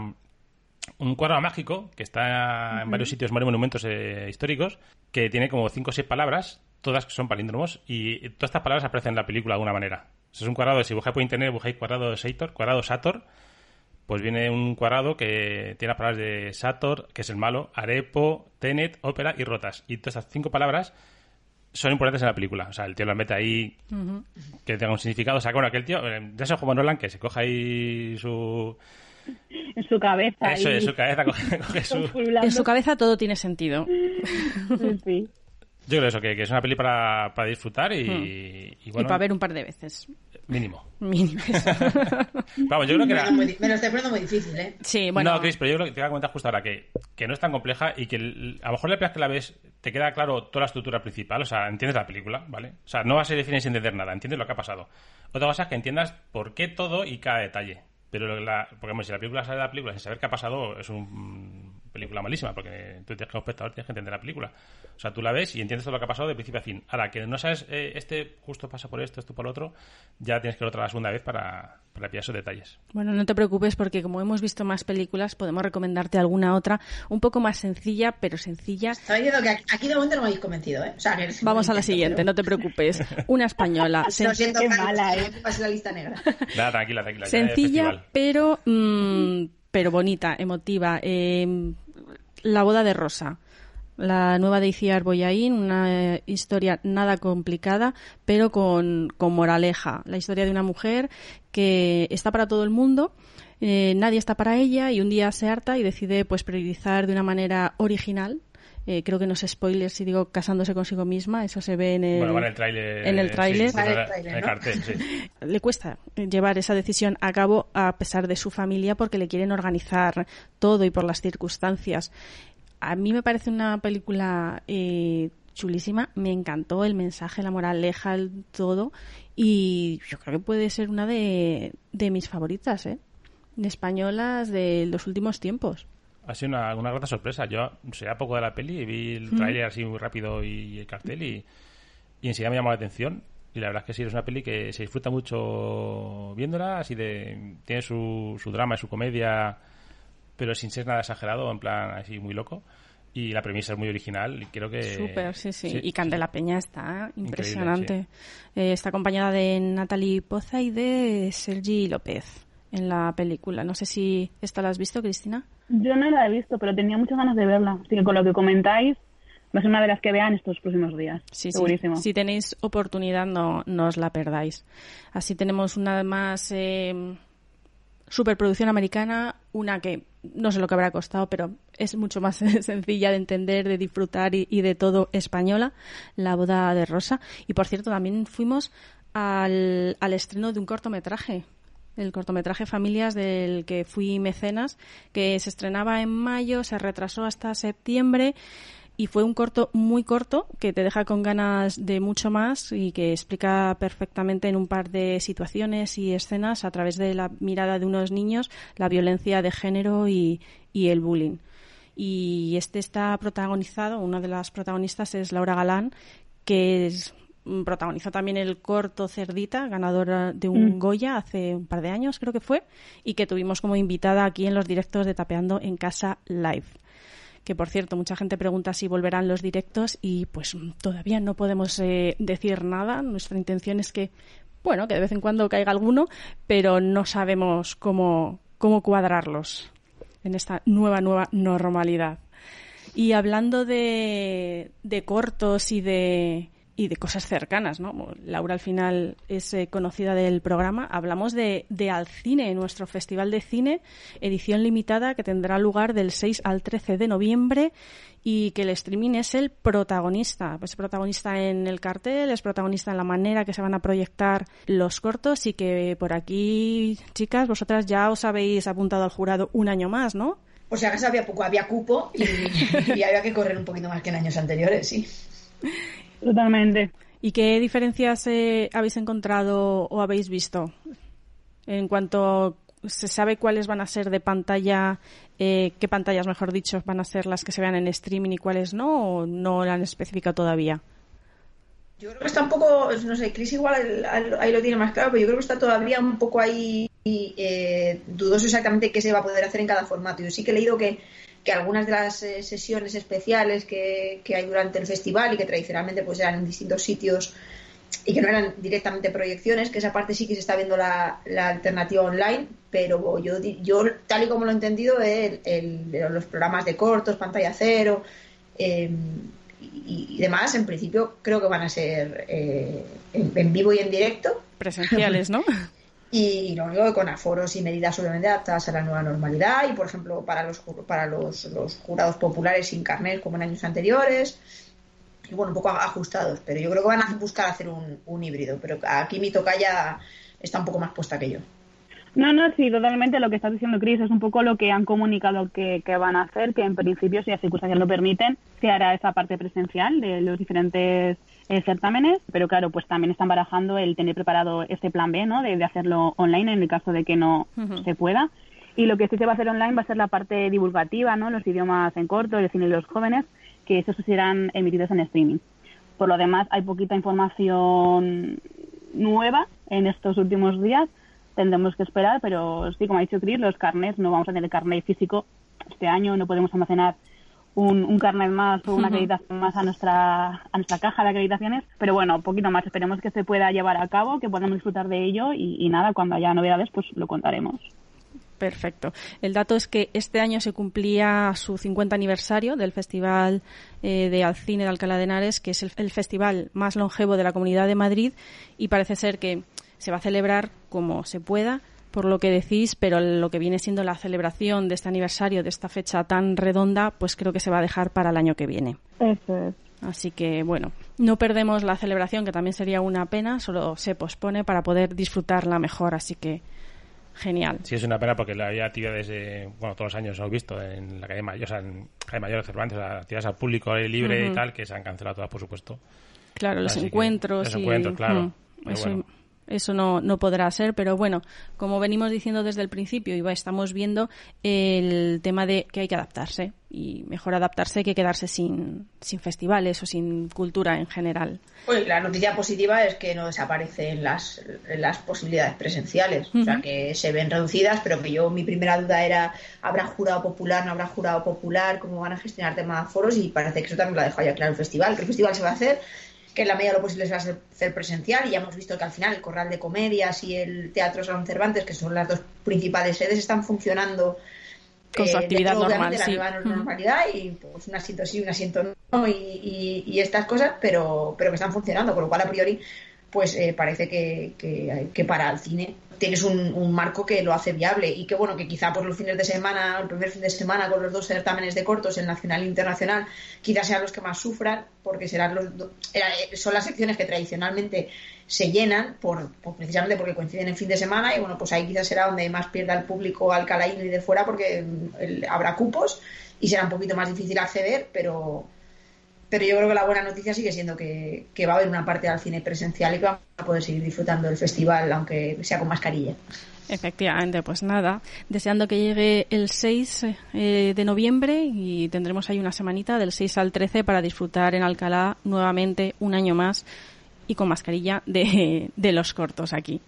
un cuadrado mágico que está en varios sitios, varios monumentos históricos, que tiene como 5 o 6 palabras, todas que son palíndromos, y todas estas palabras aparecen en la película de alguna manera. Es un cuadrado, si buscáis por internet, buscáis cuadrado de Sator, cuadrado Sator, pues viene un cuadrado que tiene las palabras de Sator, que es el malo, Arepo, Tenet, ópera y rotas. Y todas estas 5 palabras son importantes en la película. O sea, el tío las mete ahí que tenga un significado. O sea, bueno, aquel tío, ya se como Nolan, que se coja ahí en su cabeza. Eso, en su cabeza coge En su cabeza todo tiene sentido. Sí. Yo creo eso, que es una peli para disfrutar y bueno... Y para ver un par de veces. Mínimo. Vamos, yo creo que era... Me lo estoy poniendo muy difícil, ¿eh? Sí, bueno... No, Chris, pero yo creo que te voy a comentar justo ahora que no es tan compleja y que a lo mejor la primera vez que la ves te queda claro toda la estructura principal, o sea, entiendes la película, ¿vale? O sea, no vas a ir sin entender nada, entiendes lo que ha pasado. Otra cosa es que entiendas por qué todo y cada detalle. Pero porque si la película sale de la película sin saber qué ha pasado, es una película malísima, porque tú como espectador tienes que entender la película. O sea, tú la ves y entiendes todo lo que ha pasado de principio a fin. Ahora, que no sabes, justo pasa por esto por lo otro, ya tienes que ir otra la segunda vez para pillar esos detalles. Bueno, no te preocupes, porque como hemos visto más películas, podemos recomendarte alguna otra un poco más sencilla, pero sencilla. Estaba diciendo que aquí de momento no me habéis convencido, ¿eh? O sea, que vamos a la siguiente, pero... no te preocupes. Una española. Lo siento, qué mala, pasé la lista negra. Nada, tranquila. Sencilla, pero bonita, emotiva. La boda de Rosa. La nueva de Iciar Boyaín, una historia nada complicada, pero con moraleja. La historia de una mujer que está para todo el mundo, nadie está para ella, y un día se harta y decide pues priorizar de una manera original. Creo que no es spoiler si digo casándose consigo misma, eso se ve en el tráiler. En el tráiler. Sí, en el cartel, sí. Le cuesta llevar esa decisión a cabo a pesar de su familia, porque le quieren organizar todo y por las circunstancias. A mí me parece una película chulísima, me encantó el mensaje, la moraleja, todo, y yo creo que puede ser una de mis favoritas, de españolas de los últimos tiempos. Ha sido una grata sorpresa. Yo sabía poco de la peli y vi el tráiler así muy rápido y el cartel y enseguida me llamó la atención. Y la verdad es que sí, es una peli que se disfruta mucho viéndola, tiene su drama y su comedia, pero sin ser nada exagerado, en plan así muy loco. Y la premisa es muy original y creo que... Súper, sí. Y Candela Peña está impresionante. Sí. Está acompañada de Natalie Poza y de Sergi López en la película. No sé si esta la has visto, Cristina. Yo no la he visto, pero tenía muchas ganas de verla. Así que con lo que comentáis, va a ser una de las que vean estos próximos días. Sí, segurísimo. Si tenéis oportunidad, no os la perdáis. Así tenemos una más superproducción americana, una que no sé lo que habrá costado, pero es mucho más sencilla de entender, de disfrutar y de todo, española, La boda de Rosa. Y por cierto, también fuimos al estreno de un cortometraje, el cortometraje Familias, del que fui mecenas, que se estrenaba en mayo, se retrasó hasta septiembre. Y fue un corto muy corto que te deja con ganas de mucho más y que explica perfectamente en un par de situaciones y escenas a través de la mirada de unos niños la violencia de género y el bullying. Y este está protagonizado, una de las protagonistas es Laura Galán, que protagonizó también el corto Cerdita, ganadora de un Goya hace un par de años, creo que fue, y que tuvimos como invitada aquí en los directos de Tapeando en Casa Live. Que, por cierto, mucha gente pregunta si volverán los directos y pues todavía no podemos decir nada. Nuestra intención es que de vez en cuando caiga alguno, pero no sabemos cómo cuadrarlos en esta nueva normalidad. Y hablando de cortos y de cosas cercanas, ¿no? Laura al final es conocida del programa. Hablamos de Alcine, nuestro festival de cine, edición limitada que tendrá lugar del 6 al 13 de noviembre y que el streaming es el protagonista. Es protagonista en el cartel, es protagonista en la manera que se van a proyectar los cortos y que por aquí, chicas, vosotras ya os habéis apuntado al jurado un año más, ¿no? O sea, que había cupo y había que correr un poquito más que en años anteriores, sí. Totalmente. ¿Y qué diferencias habéis encontrado o habéis visto? En cuanto se sabe cuáles van a ser de pantalla, qué pantallas, mejor dicho, van a ser las que se vean en streaming y cuáles no, o no lo han especificado todavía. Yo creo que está un poco, no sé, Chris igual ahí lo tiene más claro, pero yo creo que está todavía un poco ahí dudoso exactamente qué se va a poder hacer en cada formato. Yo sí que he leído que algunas de las sesiones especiales que hay durante el festival y que tradicionalmente pues eran en distintos sitios y que no eran directamente proyecciones, que esa parte sí que se está viendo la alternativa online, pero yo tal y como lo he entendido, los programas de cortos, pantalla cero y demás, en principio creo que van a ser en vivo y en directo. Presenciales, ¿no? Y lo único que con aforos y medidas obviamente adaptadas a la nueva normalidad y, por ejemplo, para los jurados populares sin carnet como en años anteriores y, un poco ajustados. Pero yo creo que van a buscar hacer un híbrido. Pero aquí mi tocaya está un poco más puesta que yo. No, sí, totalmente lo que estás diciendo, Chris, es un poco lo que han comunicado que van a hacer, que en principio, si las circunstancias lo permiten, se hará esa parte presencial de los diferentes certámenes, pero claro, pues también están barajando el tener preparado este plan B, ¿no? De hacerlo online en el caso de que no se pueda. Y lo que sí se va a hacer online va a ser la parte divulgativa, ¿no? Los idiomas en corto, el cine de los jóvenes, que esos serán emitidos en streaming. Por lo demás, hay poquita información nueva en estos últimos días. Tendremos que esperar, pero sí, como ha dicho Chris, los carnets, no vamos a tener carnet físico este año, no podemos almacenar un carnet más o una acreditación más a nuestra caja de acreditaciones, pero bueno, poquito más, esperemos que se pueda llevar a cabo, que podamos disfrutar de ello y nada, cuando haya novedades pues lo contaremos. Perfecto. El dato es que este año se cumplía su 50 aniversario del Festival de Alcine de Alcalá de Henares, que es el festival más longevo de la Comunidad de Madrid, y parece ser que se va a celebrar como se pueda, por lo que decís, pero lo que viene siendo la celebración de este aniversario, de esta fecha tan redonda, pues creo que se va a dejar para el año que viene. Eso es. Así que, bueno, no perdemos la celebración, que también sería una pena, solo se pospone para poder disfrutarla mejor, así que genial. Sí, es una pena porque había actividades, todos los años hemos visto en la calle Mayor, en calle Mayor de Cervantes, actividades al público, aire libre y tal, que se han cancelado todas, por supuesto. Claro, los encuentros. Los encuentros, claro. eso no podrá ser, pero bueno, como venimos diciendo desde el principio y estamos viendo el tema de que hay que adaptarse, y mejor adaptarse que quedarse sin festivales o sin cultura en general. Pues la noticia positiva es que no desaparecen las posibilidades presenciales, o sea, que se ven reducidas, pero que mi primera duda era, ¿habrá jurado popular, no habrá jurado popular? ¿Cómo van a gestionar temas de aforos? Y parece que eso también lo ha dejado ya claro el festival, que el festival se va a hacer, que en la medida de lo posible se va a hacer presencial, y ya hemos visto que al final el Corral de Comedias y el Teatro Salón Cervantes, que son las dos principales sedes, están funcionando con su actividad normal, de la nueva normalidad, y pues un asiento sí, un asiento no, y estas cosas, pero que están funcionando, con lo cual a priori pues parece que para el cine tienes un marco que lo hace viable, y que bueno, que quizá por los fines de semana, el primer fin de semana con los 2 certámenes de cortos, el nacional e internacional, quizás sean los que más sufran, porque son las secciones que tradicionalmente se llenan precisamente porque coinciden en fin de semana, y bueno, pues ahí quizás será donde más pierda el público alcalaíno y de fuera, porque habrá cupos y será un poquito más difícil acceder, pero yo creo que la buena noticia sigue siendo que va a haber una parte del cine presencial y que vamos a poder seguir disfrutando del festival, aunque sea con mascarilla. Efectivamente, pues nada, deseando que llegue el 6 de noviembre, y tendremos ahí una semanita del 6 al 13 para disfrutar en Alcalá nuevamente un año más y con mascarilla de los cortos aquí.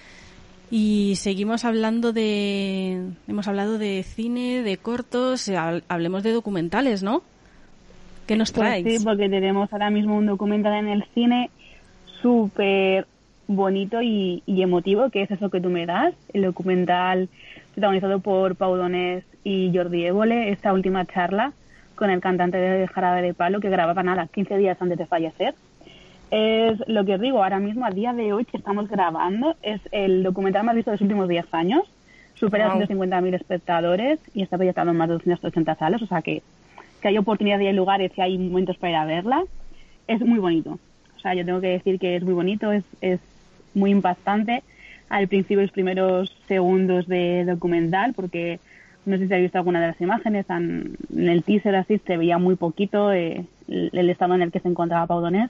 Y seguimos hablando hemos hablado de cine, de cortos, hablemos de documentales, ¿no? ¿Qué nos traes? Pues sí, porque tenemos ahora mismo un documental en el cine súper bonito y emotivo, que es Eso que tú me das, el documental protagonizado por Pau Donés y Jordi Évole, esta última charla con el cantante de Jarabe de Palo, que grababa 15 días antes de fallecer. Es lo que os digo, ahora mismo, a día de hoy que estamos grabando, es el documental más visto de los últimos 10 años, supera 150.000 espectadores y está proyectado en más de 280 salas, o sea que hay oportunidades y hay lugares y hay momentos para ir a verla. Es muy bonito, o sea, yo tengo que decir que es muy bonito, es muy impactante al principio, los primeros segundos de documental, porque no sé si habéis visto alguna de las imágenes, en el teaser así se veía muy poquito el estado en el que se encontraba Pau Donés,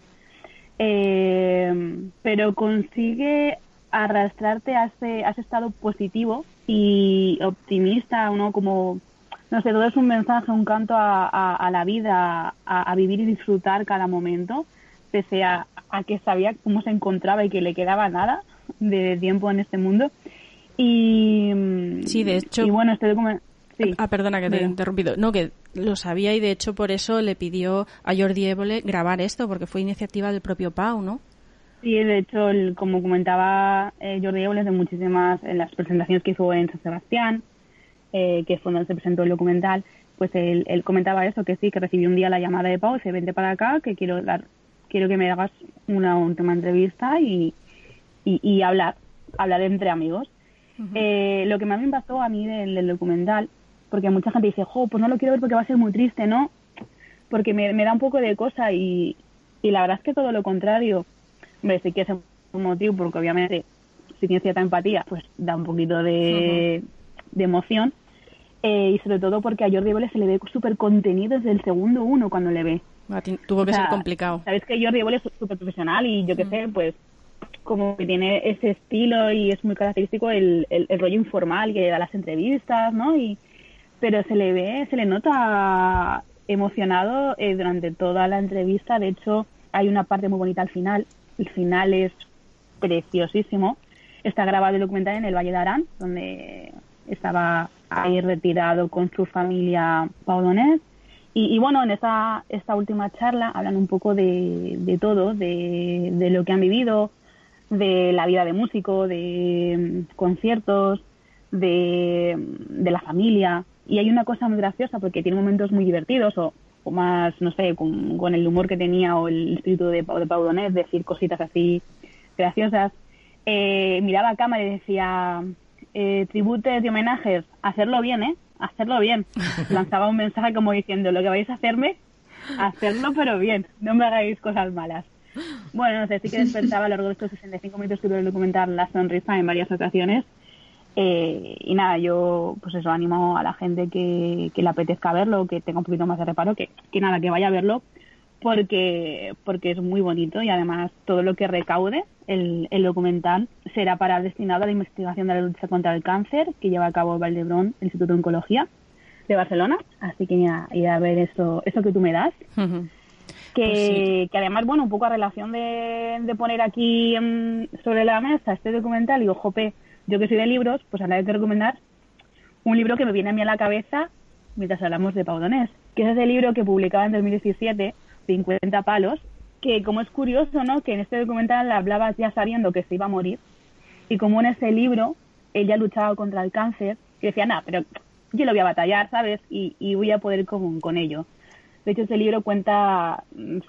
pero consigue arrastrarte a ese estado positivo y optimista, ¿no? Como, no sé, todo es un mensaje, un canto a la vida, a vivir y disfrutar cada momento, pese a que sabía cómo se encontraba y que le quedaba nada de tiempo en este mundo. Y sí, de hecho, y bueno, este documental... Sí. Perdona que te he interrumpido. No, que lo sabía, y de hecho por eso le pidió a Jordi Évole grabar esto, porque fue iniciativa del propio Pau, ¿no? Sí, de hecho, como comentaba Jordi Évole, de muchísimas, en las presentaciones que hizo en San Sebastián, que fue donde se presentó el documental, pues él comentaba eso, que sí, que recibió un día la llamada de Pau, dice, vente para acá, que quiero que me hagas una última entrevista y hablar entre amigos. Uh-huh. Lo que más me impactó a mí del documental, porque mucha gente dice, pues no lo quiero ver porque va a ser muy triste, ¿no? Porque me da un poco de cosa, y la verdad es que todo lo contrario. Hombre, sí que es un motivo, porque obviamente si tienes cierta empatía, pues da un poquito de emoción, y sobre todo porque a Jordi Évole se le ve súper contenido desde el segundo uno cuando le ve. Tuvo que ser complicado. Sabes que Jordi Évole es súper profesional y yo qué sé, pues como que tiene ese estilo y es muy característico el rollo informal que da las entrevistas, ¿no? Pero se le nota emocionado durante toda la entrevista. De hecho, hay una parte muy bonita al final. El final es preciosísimo. Está grabado el documental en el Valle de Arán, donde estaba ahí retirado con su familia Pau Donés. Y bueno, en esta última charla hablan un poco de todo, de lo que han vivido, de la vida de músico, de conciertos, de la familia. Y hay una cosa muy graciosa, porque tiene momentos muy divertidos o más, no sé, con el humor que tenía o el espíritu de Pau Donés, decir cositas así graciosas. Miraba a cámara y decía, tributes y homenajes, hacerlo bien, hacerlo bien. Lanzaba un mensaje como diciendo, lo que vais a hacerme, hacerlo pero bien, no me hagáis cosas malas. Bueno, no sé, sí que despertaba a lo largo de estos 65 minutos que duró el documental la sonrisa en varias ocasiones. Y nada, yo pues eso, animo a la gente que le apetezca verlo, que tenga un poquito más de reparo, que nada, que vaya a verlo, porque es muy bonito y además todo lo que recaude el documental será destinado a la investigación de la lucha contra el cáncer que lleva a cabo Vall d'Hebron, el Instituto de Oncología de Barcelona. Así que ir a ver eso que tú me das. Uh-huh. Que además, bueno, un poco a relación de poner aquí sobre la mesa este documental, digo, jope, yo que soy de libros, pues ahora hay que recomendar un libro que me viene a mí a la cabeza mientras hablamos de Pau Donés, que es ese libro que publicaba en 2017, 50 palos, que como es curioso, ¿no?, que en este documental hablaba ya sabiendo que se iba a morir, y como en ese libro ella luchaba contra el cáncer, y decía, pero yo lo voy a batallar, ¿sabes?, y voy a poder con ello. De hecho, ese libro cuenta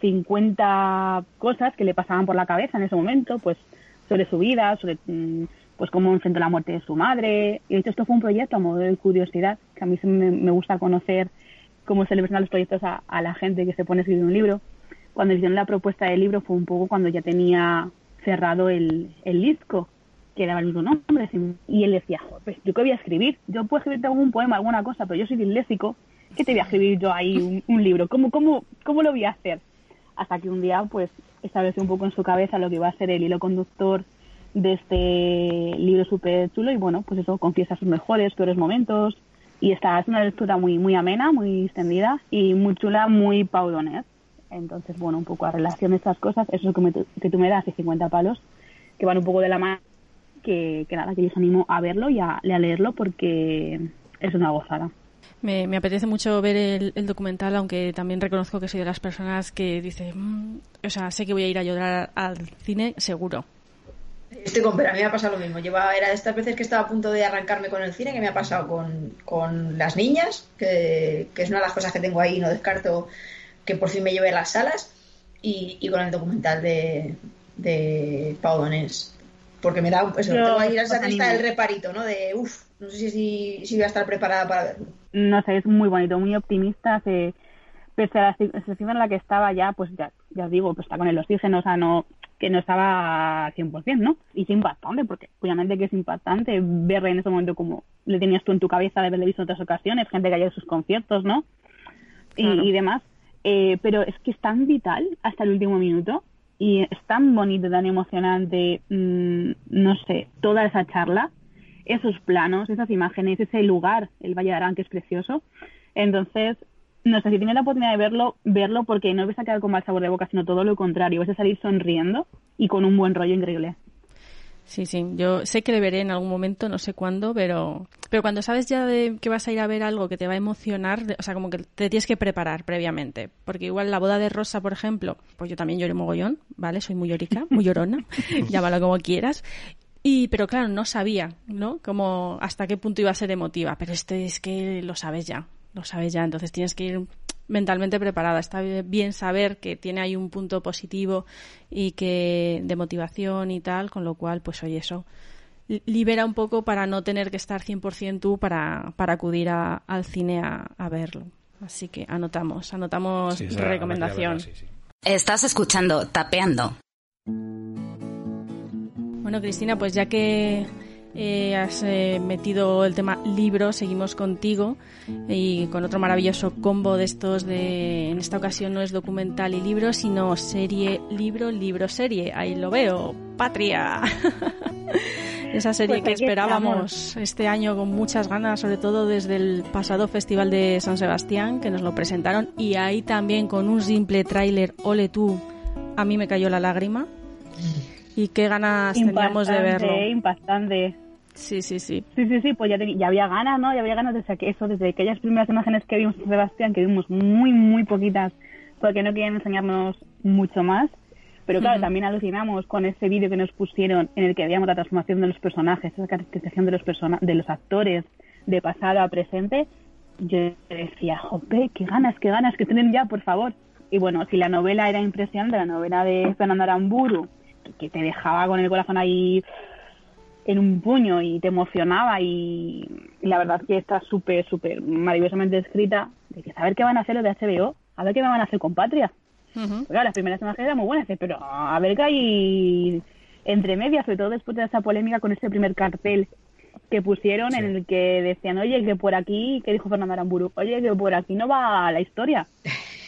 50 cosas que le pasaban por la cabeza en ese momento, pues sobre su vida, sobre pues cómo enfrentó la muerte de su madre. Y de hecho, esto fue un proyecto a modo de curiosidad, que a mí me gusta conocer cómo se le presentan los proyectos a la gente que se pone a escribir un libro. Cuando hicieron la propuesta del libro fue un poco cuando ya tenía cerrado el disco, que era el mismo nombre. Y él decía, pues yo qué voy a escribir, yo puedo escribirte algún poema, alguna cosa, pero yo soy disléxico, ¿qué te voy a escribir yo ahí un libro? ¿Cómo lo voy a hacer? Hasta que un día pues estableció un poco en su cabeza lo que iba a ser el hilo conductor de este libro súper chulo y bueno, pues eso, confiesa sus mejores, peores momentos y es una lectura muy, muy amena, muy extendida y muy chula, muy Pau Donés. Entonces, bueno, un poco a relación de estas cosas, eso que tú me das y 50 palos, que van un poco de la mano, que nada, que yo os animo a verlo y a leerlo porque es una gozada. Me apetece mucho ver el documental, aunque también reconozco que soy de las personas que dice, sé que voy a ir a llorar al cine, seguro. Pero a mí me ha pasado lo mismo. Era de estas veces que estaba a punto de arrancarme con el cine, que me ha pasado con Las Niñas, que es una de las cosas que tengo ahí, no descarto que por fin me lleve a las salas, y con el documental de Pau Donés. Porque me da tengo ahí esa triste del reparito, ¿no? De no sé si voy a estar preparada para verlo. No sé, es muy bonito, muy optimista, pese a la situación en la que estaba ya, pues ya os digo, pues está con el oxígeno, o sea, que no estaba 100%, ¿no? Y es impactante, porque obviamente que es impactante verle en ese momento como le tenías tú en tu cabeza de haberle visto en otras ocasiones, gente que haya ido a sus conciertos, ¿no? Claro. Y demás. Pero es que es tan vital hasta el último minuto y es tan bonito, tan emocionante, no sé, toda esa charla, esos planos, esas imágenes, ese lugar, el Valle de Arán, que es precioso. Entonces, no sé, si tienes la oportunidad de verlo porque no vas a quedar con mal sabor de boca, sino todo lo contrario, vas a salir sonriendo y con un buen rollo increíble. Sí, yo sé que le veré en algún momento, no sé cuándo, pero cuando sabes ya de que vas a ir a ver algo que te va a emocionar, o sea, como que te tienes que preparar previamente, porque igual la boda de Rosa, por ejemplo, pues yo también lloré mogollón, ¿vale? Soy muy llorica, muy llorona, llámalo como quieras. Pero claro, no sabía, ¿no? Como hasta qué punto iba a ser emotiva, pero es que lo sabes ya, entonces tienes que ir mentalmente preparada. Está bien saber que tiene ahí un punto positivo y que de motivación y tal, con lo cual, pues oye, eso libera un poco para no tener que estar 100% tú para acudir al cine a verlo. Así que anotamos sí, recomendación. Sí. Estás escuchando Tapeando. Bueno, Cristina, pues ya que has metido el tema libro, seguimos contigo y con otro maravilloso combo de estos en esta ocasión no es documental y libro, sino serie, libro, serie. Ahí lo veo, Patria. Esa serie pues que esperábamos este año con muchas ganas, sobre todo desde el pasado Festival de San Sebastián, que nos lo presentaron, y ahí también con un simple tráiler, ole tú, a mí me cayó la lágrima. Y qué ganas teníamos de verlo. Impactante. Sí. Sí, pues ya había ganas, ¿no? Ya había ganas desde aquellas primeras imágenes que vimos de Sebastián, que vimos muy, muy poquitas, porque no querían enseñarnos mucho más. Pero claro, también alucinamos con ese vídeo que nos pusieron en el que veíamos la transformación de los personajes, esa caracterización de los actores de pasado a presente. Yo decía, jope, qué ganas que tienen ya, por favor. Y bueno, si la novela era impresionante, la novela de Fernando Aramburu, que te dejaba con el corazón ahí en un puño y te emocionaba, y la verdad que está súper maravillosamente escrita, de que saber qué van a hacer los de HBO, a ver qué van a hacer con Patria. Porque, claro, las primeras imágenes eran muy buenas, pero a ver qué hay entre medias, sobre todo después de esa polémica con ese primer cartel que pusieron, en el que decían, oye, que por aquí, que dijo Fernando Aramburu, oye, que por aquí no va la historia.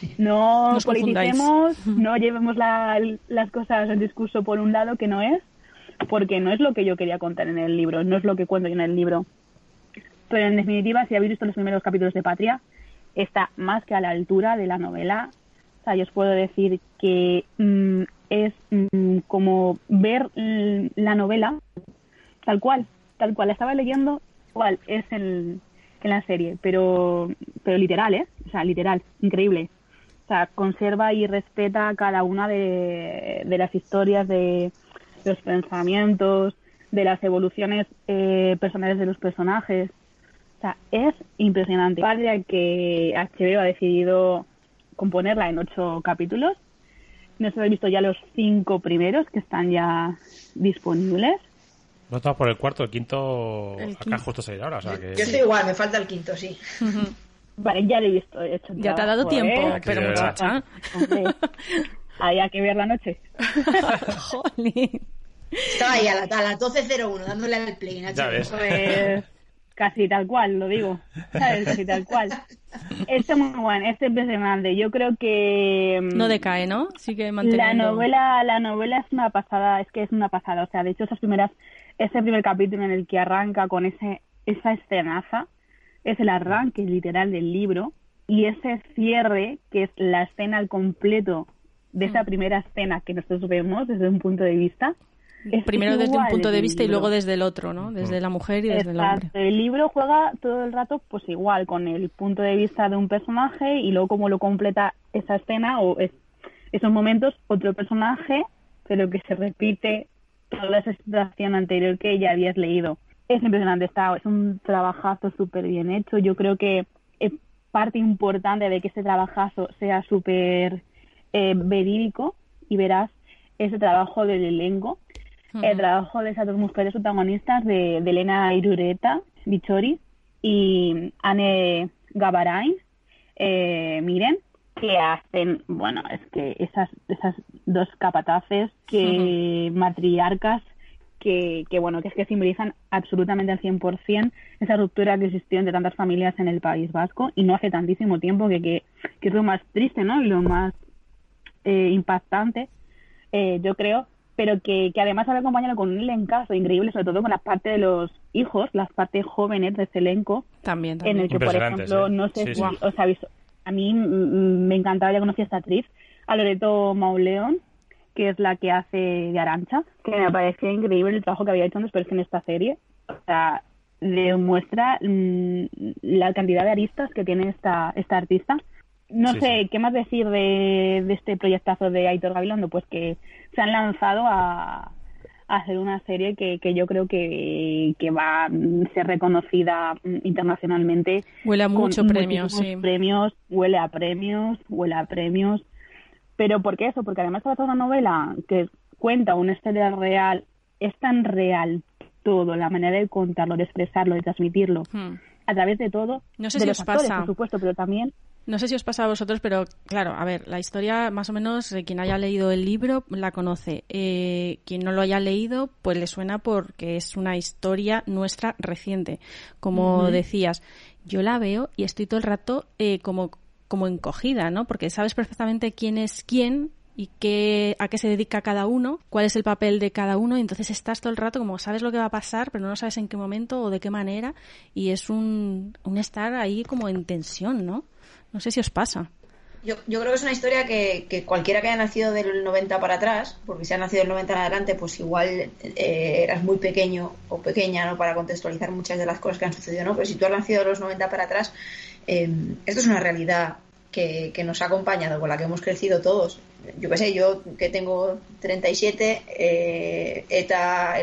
No Nos politicemos, no llevemos las cosas, el discurso por un lado que no es, porque no es lo que yo quería contar en el libro, no es lo que cuento yo en el libro. Pero en definitiva, si habéis visto los primeros capítulos de Patria, está más que a la altura de la novela. O sea, yo os puedo decir que es como ver la novela tal cual, la estaba leyendo, igual es en la serie, pero literal, o sea, literal, increíble. O sea, conserva y respeta cada una de las historias, de los pensamientos, de las evoluciones personales de los personajes. O sea, es impresionante. Padre que HBO ha decidido componerla en 8 capítulos. No sé si habéis visto ya los 5 primeros que están ya disponibles. No estamos por el cuarto, el quinto acá justo se irá ahora. O sea que... Yo estoy igual, me falta el quinto, sí. Vale, ya lo he visto. Ya te ha dado tiempo, pero muchacha. Había que ver la noche. Jolín. Estaba ahí a las 12:01 dándole al play. Ya ves. Pues casi tal cual, lo digo. ¿Sabes? Casi tal cual. Este es muy bueno, este es impresionante. Yo creo que... No decae, ¿no? Sigue manteniendo... La novela es una pasada, es que es una pasada. O sea, de hecho, ese primer capítulo en el que arranca con esa escenaza, es el arranque literal del libro, y ese cierre, que es la escena al completo de esa primera escena que nosotros vemos desde un punto de vista. Primero desde un punto de vista y luego desde el otro, ¿no? Desde la mujer y desde el hombre. El libro juega todo el rato pues igual, con el punto de vista de un personaje y luego cómo lo completa esa escena o esos momentos otro personaje, pero que se repite toda esa situación anterior que ya habías leído. Es impresionante, es un trabajazo súper bien hecho. Yo creo que es parte importante de que ese trabajazo sea súper verídico y verás ese trabajo del elenco. El trabajo de esas dos mujeres protagonistas de Elena Irureta Bichori y Anne Gavarain, miren, que hacen, bueno, es que esas dos capataces, que matriarcas, que bueno, que es que simbolizan absolutamente al 100% esa ruptura que existió entre tantas familias en el País Vasco, y no hace tantísimo tiempo, que es lo más triste, ¿no? Y lo más impactante, yo creo, pero que además había acompañado con un elencazo increíble, sobre todo con la parte de los hijos, las partes jóvenes de ese elenco. También. En el que, por ejemplo, no sé si os habéis... A mí me encantaba, ya conocí a esta actriz, a Loreto Mauleón, que es la que hace de Arantxa, que me parecía increíble el trabajo que había hecho después en esta serie. O sea, demuestra la cantidad de aristas que tiene esta artista. No sé, ¿qué más decir de este proyectazo de Aitor Gabilondo? Pues que se han lanzado a hacer una serie que yo creo que va a ser reconocida internacionalmente. Huele a mucho premio, sí. Huele a premios. ¿Pero por qué eso? Porque además de una novela que cuenta una historia real, es tan real todo, la manera de contarlo, de expresarlo, de transmitirlo, a través de todo, no sé de si los os actores, pasa. por supuesto, pero también... No sé si os pasa a vosotros, pero claro, a ver, la historia más o menos, quien haya leído el libro la conoce. Quien no lo haya leído, pues le suena porque es una historia nuestra reciente. Como decías, yo la veo y estoy todo el rato como encogida, ¿no? Porque sabes perfectamente quién es quién y a qué se dedica cada uno, cuál es el papel de cada uno, y entonces estás todo el rato como sabes lo que va a pasar, pero no sabes en qué momento o de qué manera, y es un estar ahí como en tensión, ¿no? No sé si os pasa. Yo creo que es una historia que cualquiera que haya nacido del 90 para atrás, porque si ha nacido del 90 en adelante, pues igual eras muy pequeño o pequeña, ¿no?, para contextualizar muchas de las cosas que han sucedido, ¿no? Pero si tú has nacido de los 90 para atrás, esto es una realidad que nos ha acompañado, con la que hemos crecido todos. Yo qué sé, yo que tengo 37, ETA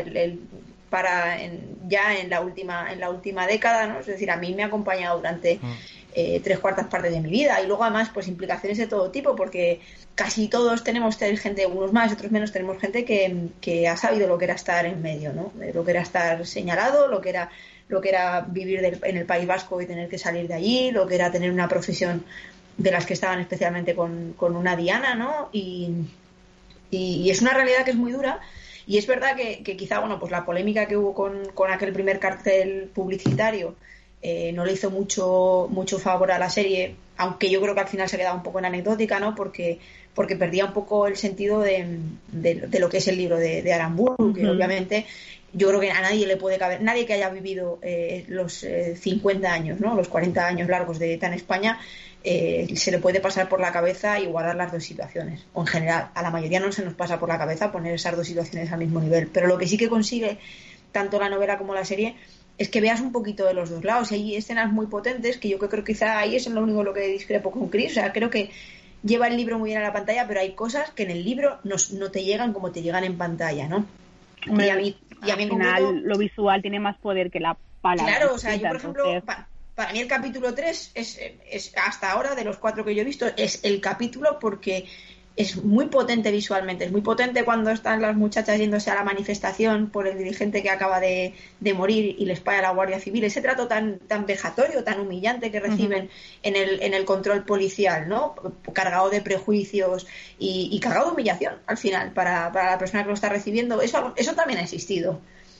ya en la última década, ¿no? Es decir, a mí me ha acompañado durante 3/4 partes de mi vida, y luego además pues implicaciones de todo tipo, porque casi todos tenemos gente, unos más, otros menos, tenemos gente que ha sabido lo que era estar en medio, ¿no? Lo que era estar señalado, lo que era vivir en el País Vasco y tener que salir de allí, lo que era tener una profesión de las que estaban especialmente con una diana, ¿no? Y es una realidad que es muy dura. Y es verdad que quizá, bueno, pues la polémica que hubo con aquel primer cartel publicitario no le hizo mucho favor a la serie, aunque yo creo que al final se quedaba un poco en anecdótica, ¿no? Porque perdía un poco el sentido de lo que es el libro de Aramburu, que obviamente yo creo que a nadie le puede caber, nadie que haya vivido los 50 años, ¿no? Los 40 años largos de ETA en España, se le puede pasar por la cabeza igualar las dos situaciones. O en general, a la mayoría no se nos pasa por la cabeza poner esas dos situaciones al mismo nivel. Pero lo que sí que consigue tanto la novela como la serie es que veas un poquito de los dos lados. Y hay escenas muy potentes que yo creo que quizá ahí es lo único lo que discrepo con Chris. O sea, creo que lleva el libro muy bien a la pantalla, pero hay cosas que en el libro no te llegan como te llegan en pantalla, ¿no? Hombre, y a mí al en final concreto, lo visual tiene más poder que la palabra. claro, o sea, yo por entonces... ejemplo, para mí el capítulo 3 es hasta ahora, de los 4 que yo he visto, es el capítulo porque es muy potente visualmente. Es muy potente cuando están las muchachas yéndose a la manifestación por el dirigente que acaba de morir y les paga la Guardia Civil. Ese trato tan vejatorio, tan humillante que reciben en el control policial, ¿no? Cargado de prejuicios y cargado de humillación al final para la persona que lo está recibiendo. Eso también ha existido.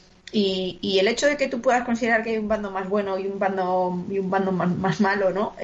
Y el hecho de que tú puedas considerar que hay un bando más bueno y un bando más malo, ¿no?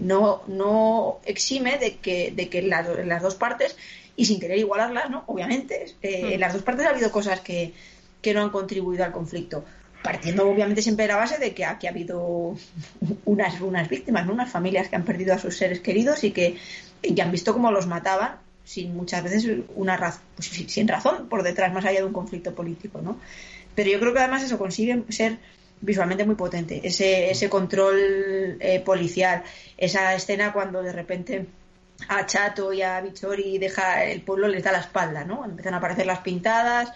No exime de que las dos partes, y sin querer igualarlas, ¿no? Obviamente, en las dos partes ha habido cosas que no han contribuido al conflicto. Partiendo obviamente siempre de la base de que aquí ha habido unas víctimas, ¿no? Unas familias que han perdido a sus seres queridos y que han visto cómo los mataban sin muchas veces sin razón por detrás, más allá de un conflicto político, ¿no? Pero yo creo que además eso consigue ser visualmente muy potente, ese control policial, esa escena cuando de repente a Chato y a Bichori el pueblo les da la espalda, ¿no? Empiezan a aparecer las pintadas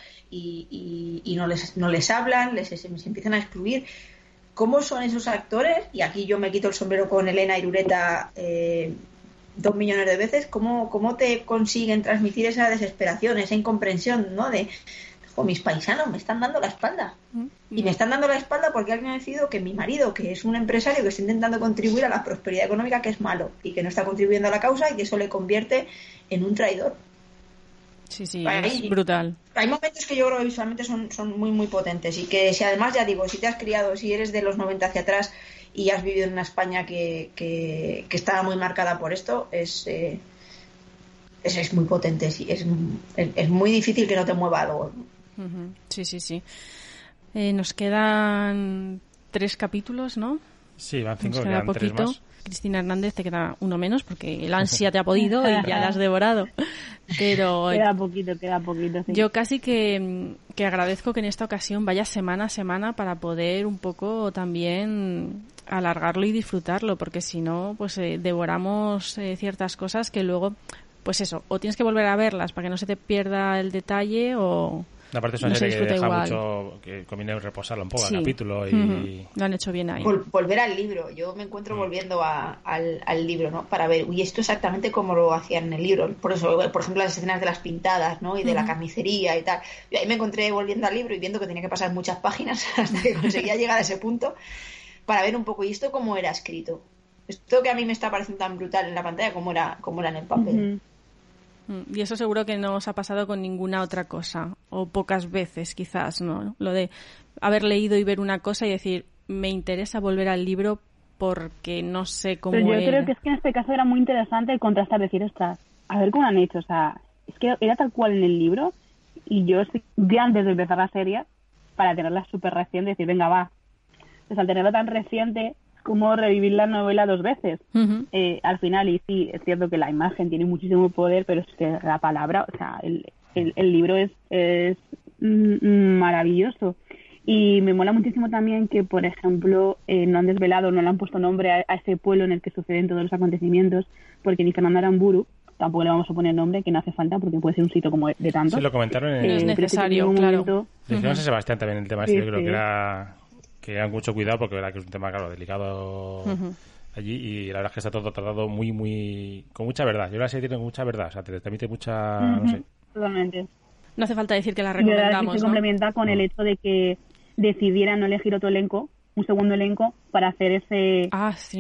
y no les hablan, se empiezan a excluir. ¿Cómo son esos actores? Y aquí yo me quito el sombrero con Elena Irureta 2 millones de veces. ¿Cómo te consiguen transmitir esa desesperación, esa incomprensión, ¿no? Mis paisanos me están dando la espalda. Y me están dando la espalda porque alguien ha decidido que mi marido, que es un empresario que está intentando contribuir a la prosperidad económica, que es malo y que no está contribuyendo a la causa, y que eso le convierte en un traidor. Sí, es brutal. Hay momentos que yo creo que visualmente son muy, muy potentes, y que si además, ya digo, si te has criado, si eres de los 90 hacia atrás y has vivido en una España que estaba muy marcada por esto, es muy potente. Sí, es muy difícil que no te mueva algo. Sí. Nos quedan 3 capítulos, ¿no? Sí, van 5, queda quedan 3 más. Cristina Hernández, te queda uno menos porque el ansia te ha podido y ya la has devorado. Pero queda poquito, sí. Yo casi que agradezco que en esta ocasión vaya semana a semana para poder un poco también alargarlo y disfrutarlo, porque si no, pues devoramos ciertas cosas que luego, pues eso, o tienes que volver a verlas para que no se te pierda el detalle, o aparte es una serie que deja mucho, que conviene reposarlo un poco al capítulo y lo han hecho bien ahí. Volver al libro. Yo me encuentro volviendo al libro, ¿no? Para ver, y esto exactamente como lo hacían en el libro. Por eso, por ejemplo, las escenas de las pintadas, ¿no? Y de la carnicería y tal. Y ahí me encontré volviendo al libro y viendo que tenía que pasar muchas páginas hasta que conseguía llegar a ese punto para ver un poco, ¿y esto cómo era escrito? Esto que a mí me está pareciendo tan brutal en la pantalla, ¿cómo era en el papel? Y eso seguro que no os ha pasado con ninguna otra cosa, o pocas veces quizás, ¿no? Lo de haber leído y ver una cosa y decir, me interesa volver al libro porque no sé cómo. Pero yo creo que es que en este caso era muy interesante el contrastar, decir, ostras, a ver cómo lo han hecho, o sea, es que era tal cual en el libro, y yo ya antes de empezar la serie, para tenerla súper reciente, decir, venga, va. Pues al tenerlo tan reciente, como revivir la novela 2 veces. Al final, y sí, es cierto que la imagen tiene muchísimo poder, pero es que la palabra, o sea, el libro es maravilloso. Y me mola muchísimo también que, por ejemplo, no han desvelado, no le han puesto nombre a ese pueblo en el que suceden todos los acontecimientos, porque ni Fernando Aramburu, tampoco le vamos a poner nombre, que no hace falta, porque puede ser un sitio como de tantos. Sí, lo comentaron en es necesario, claro. Dijeron a Sebastián también el tema, yo creo que era... que tengan mucho cuidado porque verdad que es un tema, claro, delicado allí, y la verdad es que está todo tratado con mucha verdad. Yo la serie tiene mucha verdad, o sea, te transmite mucha, no sé. Totalmente. No hace falta decir que la recomendamos, y se complementa con el hecho de que decidieran no elegir otro elenco, un segundo elenco, para hacer ese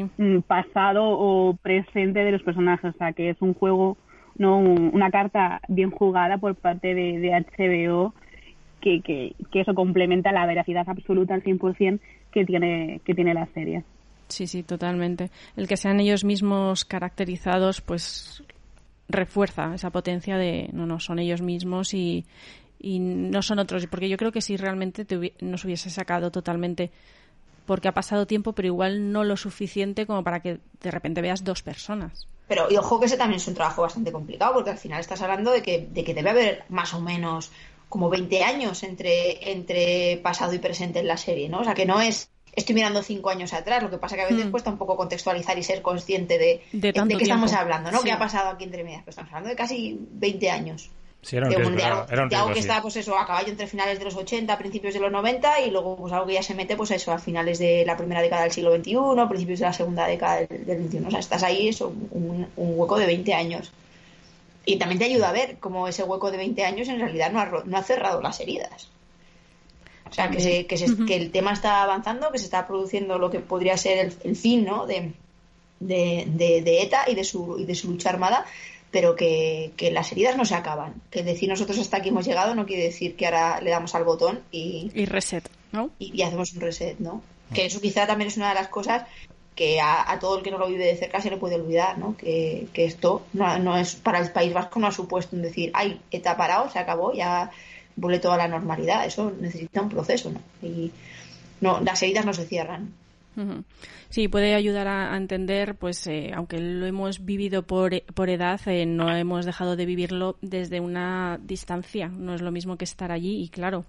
pasado o presente de los personajes, o sea, que es un juego, no una carta bien jugada por parte de HBO, que eso complementa la veracidad absoluta al 100% que tiene la serie. Sí, totalmente. El que sean ellos mismos caracterizados, pues refuerza esa potencia de no son ellos mismos y no son otros. Porque yo creo que si realmente nos hubiese sacado totalmente, porque ha pasado tiempo, pero igual no lo suficiente como para que de repente veas dos personas. Pero, y ojo que ese también es un trabajo bastante complicado, porque al final estás hablando de que debe haber más o menos como 20 años entre pasado y presente en la serie, ¿no? O sea, que no es estoy mirando 5 años atrás, lo que pasa que a veces cuesta un poco contextualizar y ser consciente de qué estamos hablando, ¿no? Sí. ¿Qué ha pasado aquí entre medias? Pues estamos hablando de casi 20 años. Sí, era un riesgo, de algo que está, pues eso, a caballo entre finales de los 80, principios de los 90, y luego pues algo que ya se mete, pues eso, a finales de la primera década del siglo XXI, principios de la segunda década del XXI. O sea, estás ahí, eso, un hueco de 20 años. Y también te ayuda a ver cómo ese hueco de 20 años en realidad no ha cerrado las heridas. O sea, que el tema está avanzando, que se está produciendo lo que podría ser el fin, ¿no? de ETA y de su lucha armada, pero que las heridas no se acaban. Que decir nosotros hasta aquí hemos llegado no quiere decir que ahora le damos al botón y reset, ¿no? Y hacemos un reset, ¿no? Que eso quizá también es una de las cosas que a todo el que no lo vive de cerca se le puede olvidar, ¿no? Que esto no es para el País Vasco, no ha supuesto un decir, ay, ETA parado, se acabó, ya vuelve toda la normalidad. Eso necesita un proceso, ¿no? Y no, las heridas no se cierran. Sí, puede ayudar a entender, pues aunque lo hemos vivido por edad, no hemos dejado de vivirlo desde una distancia. No es lo mismo que estar allí y, claro,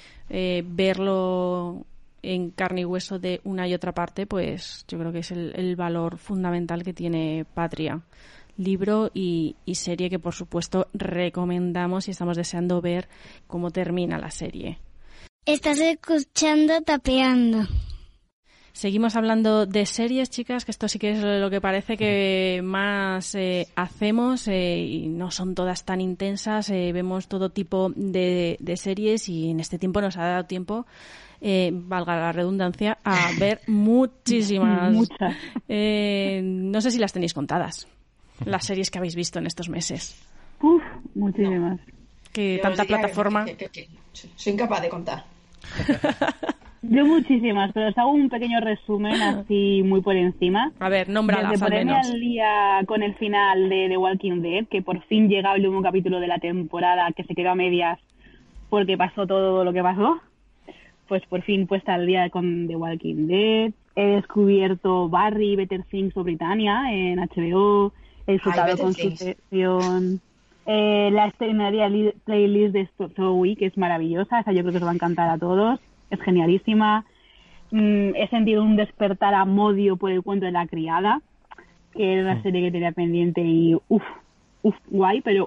verlo en carne y hueso de una y otra parte, pues yo creo que es el valor fundamental que tiene Patria. Libro y serie que, por supuesto, recomendamos y estamos deseando ver cómo termina la serie. Estás escuchando Tapeando. Seguimos hablando de series, chicas, que esto sí que es lo que parece que más hacemos y no son todas tan intensas. Vemos todo tipo de series y en este tiempo nos ha dado tiempo, valga la redundancia, a ver muchísimas. Muchas. No sé si las tenéis contadas, las series que habéis visto en estos meses. Uf, muchísimas. Que yo tanta plataforma. Que soy incapaz de contar. Yo muchísimas, pero os hago un pequeño resumen así muy por encima. A ver, nómbralas Desde al ponerme menos. al día con el final de The Walking Dead, que por fin llega el último capítulo de la temporada, que se quedó a medias porque pasó todo lo que pasó. Pues por fin puesta al día con The Walking Dead. He descubierto Barry, Better Things o Britannia en HBO. He disfrutado con Succession. La extraordinaria playlist de Zoe, que es maravillosa. Esa yo creo que os va a encantar a todos. Es genialísima. He sentido un despertar a Modio por el cuento de la criada, que era una serie que tenía pendiente y guay, pero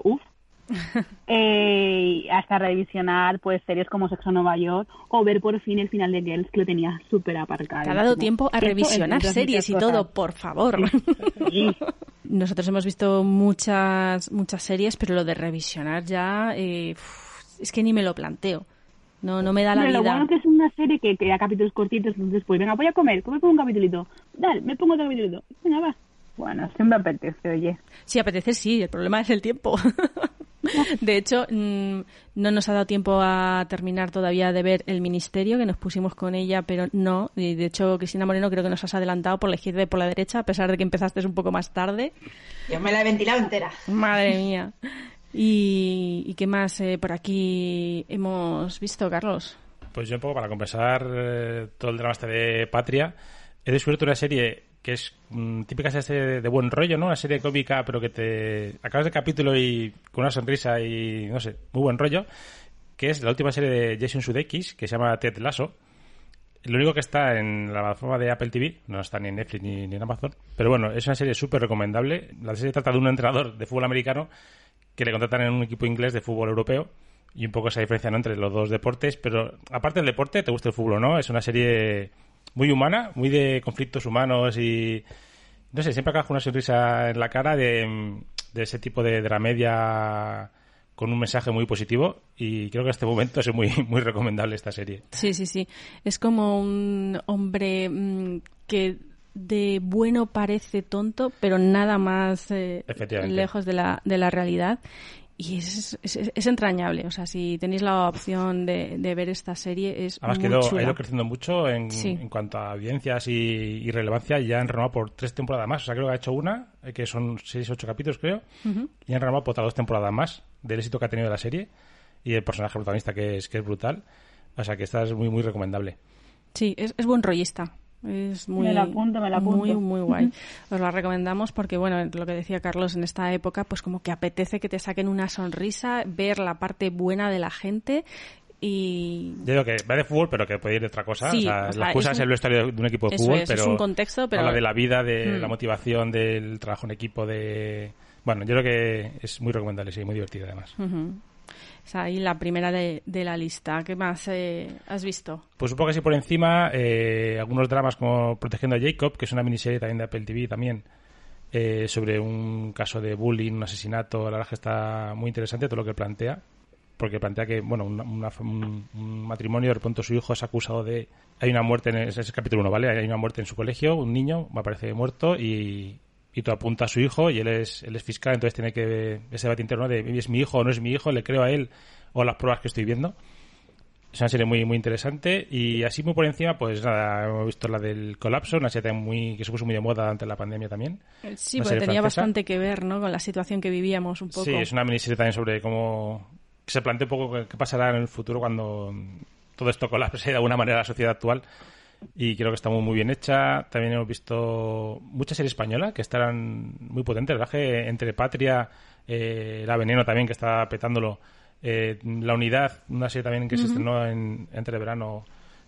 hasta revisionar pues series como Sexo en Nueva York o ver por fin el final de Girls, que lo tenía súper aparcado. Te ha dado tiempo a revisionar series y todo, por favor. Sí. Nosotros hemos visto muchas series, pero lo de revisionar ya es que ni me lo planteo. No me da la vida. Lo bueno que es una serie que da capítulos cortitos, entonces pues venga, voy a comer, me pongo un capitulito. Dale, me pongo otro capitulito. Venga, va. Bueno, siempre apetece, oye. Sí, apetece sí, el problema es el tiempo. De hecho, no nos ha dado tiempo a terminar todavía de ver El Ministerio, que nos pusimos con ella, pero no. Y de hecho, Cristina Moreno, creo que nos has adelantado por la izquierda y por la derecha, a pesar de que empezaste un poco más tarde. Yo me la he ventilado entera. Madre mía. ¿Y qué más por aquí hemos visto, Carlos? Pues yo un poco para compensar todo el drama este de Patria, he descubierto una serie que es típica serie de buen rollo, ¿no? Una serie cómica, pero que te acabas de capítulo y con una sonrisa y, no sé, muy buen rollo, que es la última serie de Jason Sudeikis, que se llama Ted Lasso. Lo único que está en la plataforma de Apple TV, no está ni en Netflix ni en Amazon, pero bueno, es una serie súper recomendable. La serie trata de un entrenador de fútbol americano que le contratan en un equipo inglés de fútbol europeo y un poco esa diferencia, ¿no?, entre los dos deportes, pero aparte del deporte, te gusta el fútbol o no, es una serie muy humana, muy de conflictos humanos y, no sé, siempre acabas con una sonrisa en la cara de ese tipo de dramedia con un mensaje muy positivo y creo que en este momento es muy, muy recomendable esta serie. Sí. Es como un hombre que de bueno parece tonto, pero nada más lejos de la realidad. Y es entrañable. O sea, si tenéis la opción de ver esta serie, es además muy chula. Ha ido creciendo mucho en cuanto a audiencias y relevancia, y ya han renovado por 3 temporadas más. O sea, creo que ha hecho una, que son 6-8 capítulos, creo, y han renovado por otras 2 temporadas más del éxito que ha tenido la serie y el personaje protagonista que es brutal. O sea, que esta es muy, muy recomendable. Sí, es buen rollista. Es muy, me la apunto. muy, muy guay. Os la recomendamos porque, bueno, lo que decía Carlos, en esta época, pues como que apetece que te saquen una sonrisa, ver la parte buena de la gente y... Yo digo que va de fútbol, pero que puede ir de otra cosa. Sí, la excusa es el vestuario de un equipo de fútbol, pero es un contexto, pero... habla de la vida, de la motivación, del trabajo en equipo, de... Bueno, yo creo que es muy recomendable, sí, muy divertido además. O sea, ahí la primera de la lista. ¿Qué más has visto? Pues un poco así por encima, algunos dramas como Protegiendo a Jacob, que es una miniserie también de Apple TV también, sobre un caso de bullying, un asesinato. La verdad es que está muy interesante todo lo que plantea, porque plantea que, bueno, un matrimonio, de pronto su hijo es acusado de... Hay una muerte, ese es el capítulo 1, ¿vale? Hay una muerte en su colegio, un niño aparece muerto y todo apunta a su hijo, y él es fiscal, entonces tiene que ese debate interno de ¿es mi hijo o no es mi hijo? ¿Le creo a él o a las pruebas que estoy viendo? Es una serie muy, muy interesante. Y así muy por encima, pues nada, hemos visto la del Colapso, una serie que se puso muy de moda durante la pandemia también. Sí, porque tenía bastante que ver, ¿no?, con la situación que vivíamos un poco. Sí, es una miniserie también sobre cómo se plantea un poco qué pasará en el futuro cuando todo esto colapse de alguna manera la sociedad actual. Y creo que está muy, muy bien hecha. También hemos visto mucha serie española que estarán muy potentes, ¿verdad? Que entre Patria, La Veneno también, que está petándolo, La Unidad, una serie también que se estrenó entre verano,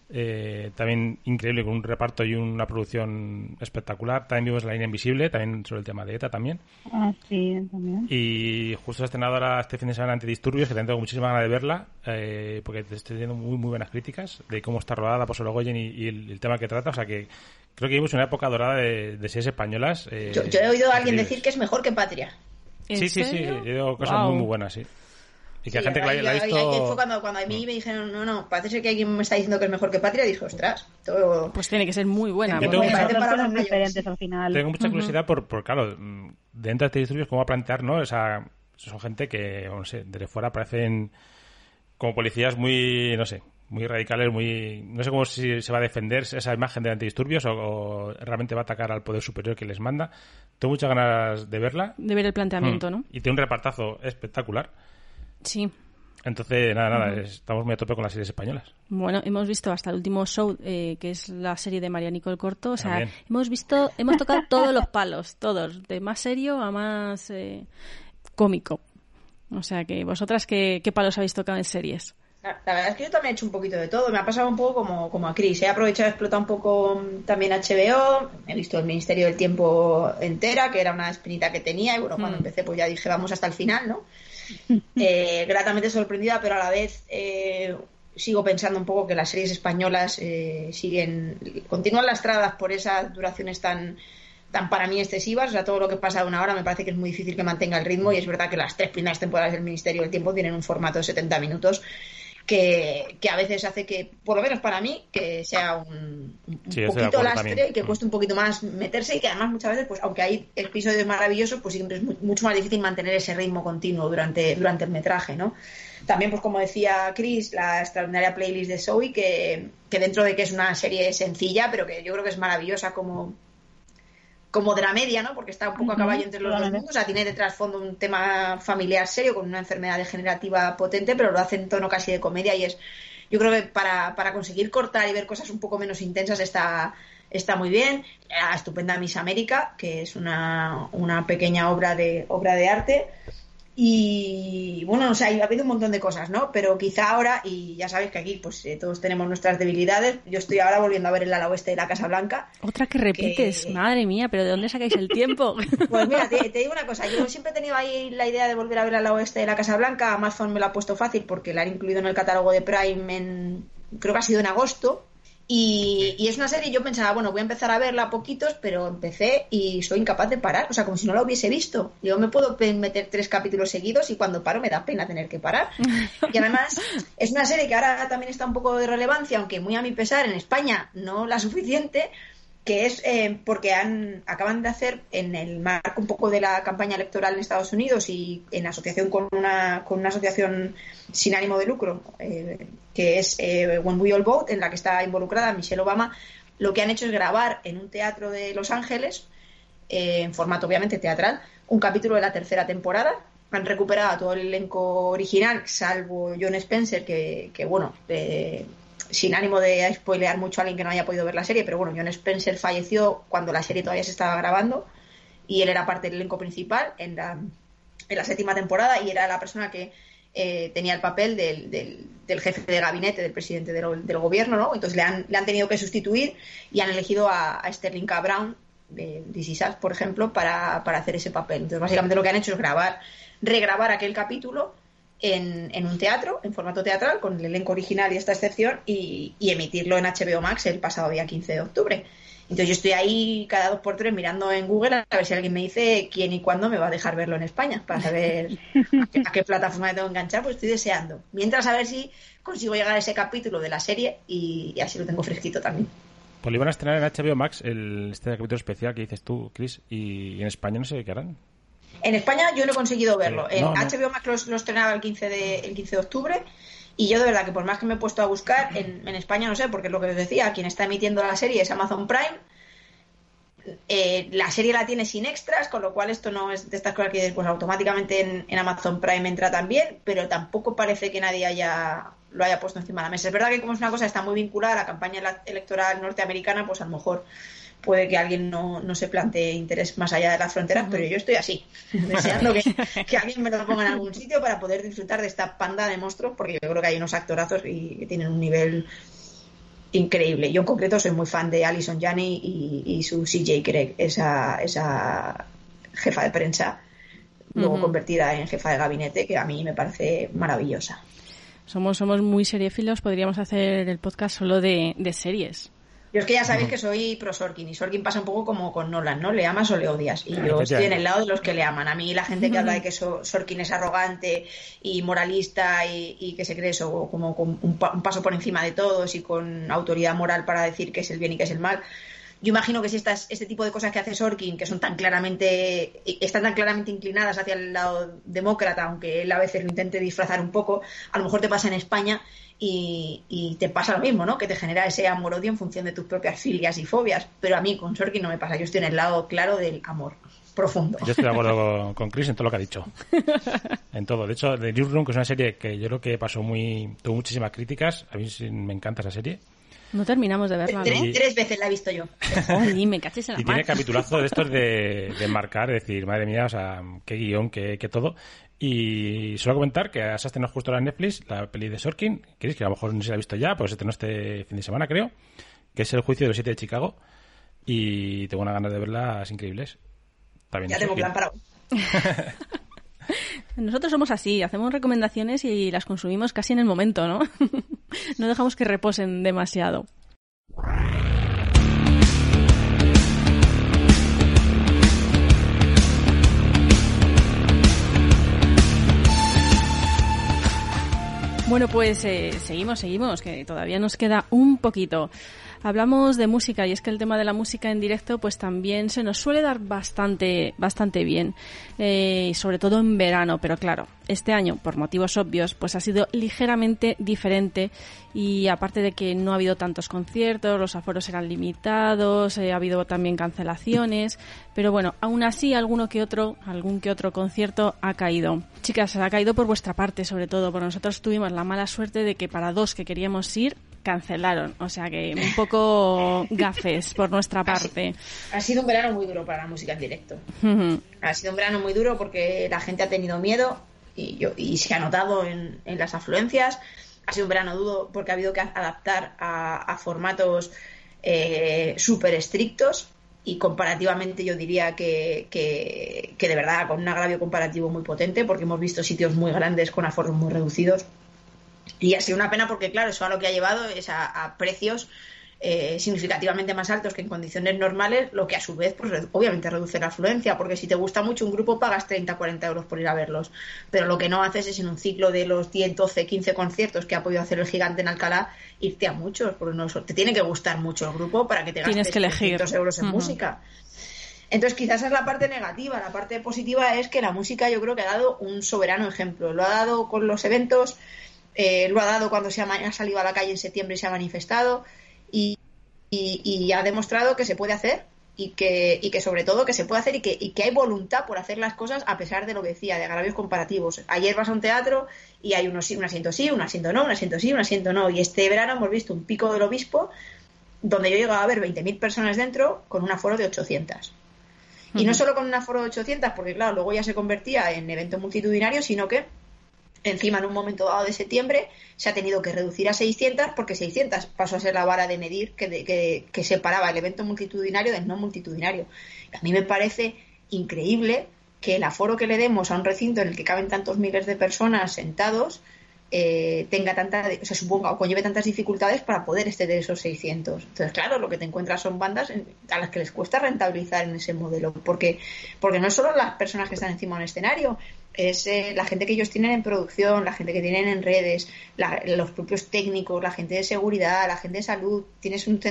también increíble, con un reparto y una producción espectacular. También vimos La Línea Invisible, también sobre el tema de ETA también. Ah, sí, también. Y justo se ha estrenado ahora este fin de semana Antidisturbios, que también tengo muchísimas ganas de verla, porque te estoy teniendo muy, muy buenas críticas de cómo está rodada por Sorogoyen y el tema que trata. O sea que creo que vivimos una época dorada de series españolas. Yo he oído a alguien decir que es mejor que Patria. Sí, he oído cosas muy, muy buenas, sí. Y que sí, gente que la ha visto... Fue cuando a mí me dijeron, no, parece ser que alguien me está diciendo que es mejor que Patria, y dije, ostras, todo... Pues tiene que ser muy buena. Me parece para diferentes al final. Tengo mucha curiosidad por claro, dentro de este disturbios, cómo va a plantear, ¿no? Son gente que, no sé, desde fuera parecen como policías muy, no sé, muy radicales, muy... No sé cómo si se va a defender esa imagen de antidisturbios o realmente va a atacar al poder superior que les manda. Tengo muchas ganas de verla. De ver el planteamiento, ¿no? Y tiene un repartazo espectacular. Sí. Entonces, nada, estamos muy a tope con las series españolas. Bueno, hemos visto hasta el último show, que es la serie de María Nicole Corto. O sea, hemos tocado todos los palos, todos, de más serio a más cómico. O sea, que vosotras, ¿qué palos habéis tocado en series? La verdad es que yo también he hecho un poquito de todo. Me ha pasado un poco como a Chris. He aprovechado de explotar un poco también HBO. He visto El Ministerio del Tiempo entera, que era una espinita que tenía. Y bueno, cuando empecé, pues ya dije, vamos hasta el final, ¿no? Gratamente sorprendida, pero a la vez sigo pensando un poco que las series españolas continúan lastradas por esas duraciones tan para mí excesivas. O sea, todo lo que pasa de una hora me parece que es muy difícil que mantenga el ritmo, y es verdad que las 3 primeras temporadas del Ministerio del Tiempo tienen un formato de 70 minutos que a veces hace que, por lo menos para mí, que sea un poquito lastre también. Y que cueste un poquito más meterse, y que además muchas veces, pues aunque hay episodios maravillosos, pues siempre es mucho más difícil mantener ese ritmo continuo durante el metraje, ¿no? También, pues como decía Chris, la extraordinaria playlist de Zoe, que dentro de que es una serie sencilla, pero que yo creo que es maravillosa como dramedia, ¿no? Porque está un poco a caballo entre los dos mundos. O sea, tiene de trasfondo un tema familiar serio con una enfermedad degenerativa potente, pero lo hace en tono casi de comedia, y yo creo que para conseguir cortar y ver cosas un poco menos intensas está muy bien. La estupenda Miss América, que es una pequeña obra de arte. Y bueno, o sea, ha habido un montón de cosas, ¿no? Pero quizá ahora, y ya sabéis que aquí pues todos tenemos nuestras debilidades, yo estoy ahora volviendo a ver El ala oeste de la Casa Blanca. Otra que repites, madre mía, pero ¿de dónde sacáis el tiempo? Pues mira, te digo una cosa, yo siempre he tenido ahí la idea de volver a ver El ala oeste de la Casa Blanca. Amazon me lo ha puesto fácil porque la han incluido en el catálogo de Prime creo que ha sido en agosto. Y es una serie, yo pensaba, bueno, voy a empezar a verla a poquitos, pero empecé y soy incapaz de parar, o sea, como si no la hubiese visto. Yo me puedo meter 3 capítulos seguidos y cuando paro me da pena tener que parar. Y además es una serie que ahora también está un poco de relevancia, aunque muy a mi pesar, en España no la suficiente, que es porque acaban de hacer, en el marco un poco de la campaña electoral en Estados Unidos y en asociación con una asociación sin ánimo de lucro, que es When We All Vote, en la que está involucrada Michelle Obama, lo que han hecho es grabar en un teatro de Los Ángeles, en formato obviamente teatral, un capítulo de la 3ª temporada. Han recuperado a todo el elenco original, salvo John Spencer, que bueno, sin ánimo de spoilear mucho a alguien que no haya podido ver la serie, pero bueno, John Spencer falleció cuando la serie todavía se estaba grabando y él era parte del elenco principal en la 7ª temporada y era la persona que tenía el papel del jefe de gabinete, del presidente del gobierno, ¿no? Entonces le han tenido que sustituir y han elegido a Sterling K. Brown de This Is Us, por ejemplo, para hacer ese papel. Entonces básicamente lo que han hecho es regrabar aquel capítulo en un teatro, en formato teatral, con el elenco original y esta excepción, y emitirlo en HBO Max el pasado día 15 de octubre. Entonces yo estoy ahí cada 2x3 mirando en Google a ver si alguien me dice quién y cuándo me va a dejar verlo en España, para saber a qué plataforma me tengo que enganchar, pues estoy deseando. Mientras, a ver si consigo llegar a ese capítulo de la serie y así lo tengo fresquito también. Pues lo iban a estrenar en HBO Max, este capítulo especial que dices tú, Chris, y en España no sé qué harán. En España yo no he conseguido verlo. En no. HBO Max lo estrenaba el 15 de octubre y yo de verdad que por más que me he puesto a buscar, en España no sé, porque es lo que os decía, quien está emitiendo la serie es Amazon Prime. La serie la tiene sin extras, con lo cual esto no es de estas cosas que pues automáticamente en Amazon Prime entra también, pero tampoco parece que nadie lo haya puesto encima de la mesa. Es verdad que como es una cosa que está muy vinculada a la campaña electoral norteamericana, pues a lo mejor puede que alguien no se plantee interés más allá de las fronteras, pero yo estoy así, deseando que alguien me lo ponga en algún sitio para poder disfrutar de esta panda de monstruos, porque yo creo que hay unos actorazos y que tienen un nivel increíble. Yo en concreto soy muy fan de Alison Janney y su CJ Cregg, esa jefa de prensa, luego convertida en jefa de gabinete, que a mí me parece maravillosa. Somos muy seriéfilos, podríamos hacer el podcast solo de series. Yo es que ya sabéis que soy pro Sorkin y Sorkin pasa un poco como con Nolan, ¿no? Le amas o le odias. Y yo estoy en el lado de los que le aman. A mí la gente que habla de que Sorkin es arrogante y moralista y que se cree eso como con un paso por encima de todos y con autoridad moral para decir qué es el bien y qué es el mal. Yo imagino que si este tipo de cosas que hace Sorkin, que están tan claramente inclinadas hacia el lado demócrata, aunque él a veces lo intente disfrazar un poco, a lo mejor te pasa en España y te pasa lo mismo, ¿no? Que te genera ese amor-odio en función de tus propias filias y fobias. Pero a mí con Sorkin no me pasa. Yo estoy en el lado claro del amor profundo. Yo estoy de acuerdo con Chris en todo lo que ha dicho. En todo. De hecho, The Newsroom, que es una serie que yo creo que tuvo muchísimas críticas. A mí sí me encanta esa serie. No terminamos de verla, ¿no? Tres veces la he visto yo. Ay, me caches en la Y mar. tiene capitulazo de estos de marcar, decir, madre mía, o sea, qué guión, qué todo. Y solo comentar que se ha estrenado justo ahora en Netflix la peli de Sorkin, que a lo mejor no se la ha visto ya, pues se estrenó este fin de semana, creo, que es El juicio de los 7 de Chicago. Y tengo unas ganas de verlas increíbles. También ya tengo plan para hoy. Nosotros somos así, hacemos recomendaciones y las consumimos casi en el momento, ¿no? No dejamos que reposen demasiado. Bueno, pues seguimos, que todavía nos queda un poquito. Hablamos de música y es que el tema de la música en directo pues también se nos suele dar bastante bien, sobre todo en verano, pero claro, este año por motivos obvios pues ha sido ligeramente diferente y aparte de que no ha habido tantos conciertos, los aforos eran limitados, ha habido también cancelaciones, pero bueno, aún así algún que otro concierto ha caído. Chicas, ha caído por vuestra parte sobre todo, porque nosotros tuvimos la mala suerte de que para 2 que queríamos ir cancelaron, o sea que un poco gafes por nuestra parte. Ha sido un verano muy duro para la música en directo. Ha sido un verano muy duro porque la gente ha tenido miedo y se ha notado en las afluencias. Ha sido un verano duro porque ha habido que adaptar a formatos súper estrictos y comparativamente yo diría que de verdad con un agravio comparativo muy potente, porque hemos visto sitios muy grandes con aforos muy reducidos. Y ha sido una pena porque, claro, eso a lo que ha llevado es a precios significativamente más altos que en condiciones normales, lo que a su vez pues obviamente reduce la afluencia, porque si te gusta mucho un grupo pagas 30-40 euros por ir a verlos, pero lo que no haces es en un ciclo de los 10, 12, 15 conciertos que ha podido hacer el Gigante en Alcalá, irte a muchos, porque no, te tiene que gustar mucho el grupo para que te gastes 300 euros en música. Entonces quizás esa es la parte negativa. La parte positiva es que la música yo creo que ha dado un soberano ejemplo, lo ha dado con los eventos, lo ha dado cuando ha salido a la calle en septiembre y se ha manifestado, y ha demostrado que se puede hacer y que sobre todo que se puede hacer y que hay voluntad por hacer las cosas a pesar de lo que decía, de agravios comparativos. Ayer vas a un teatro y hay un asiento sí, un asiento no, un asiento sí, un asiento no, y este verano hemos visto un Pico del Obispo donde yo llegaba a ver 20.000 personas dentro con un aforo de 800. Y no solo con un aforo de 800, porque claro, luego ya se convertía en evento multitudinario, sino que encima en un momento dado de septiembre se ha tenido que reducir a 600 porque 600 pasó a ser la vara de medir que separaba el evento multitudinario del no multitudinario. A mí me parece increíble que el aforo que le demos a un recinto en el que caben tantos miles de personas sentados suponga o conlleve tantas dificultades para poder exceder esos 600. Entonces, claro, lo que te encuentras son bandas a las que les cuesta rentabilizar en ese modelo, porque no es solo las personas que están encima de un escenario, es la gente que ellos tienen en producción, la gente que tienen en redes, los propios técnicos, la gente de seguridad, la gente de salud. Tienes un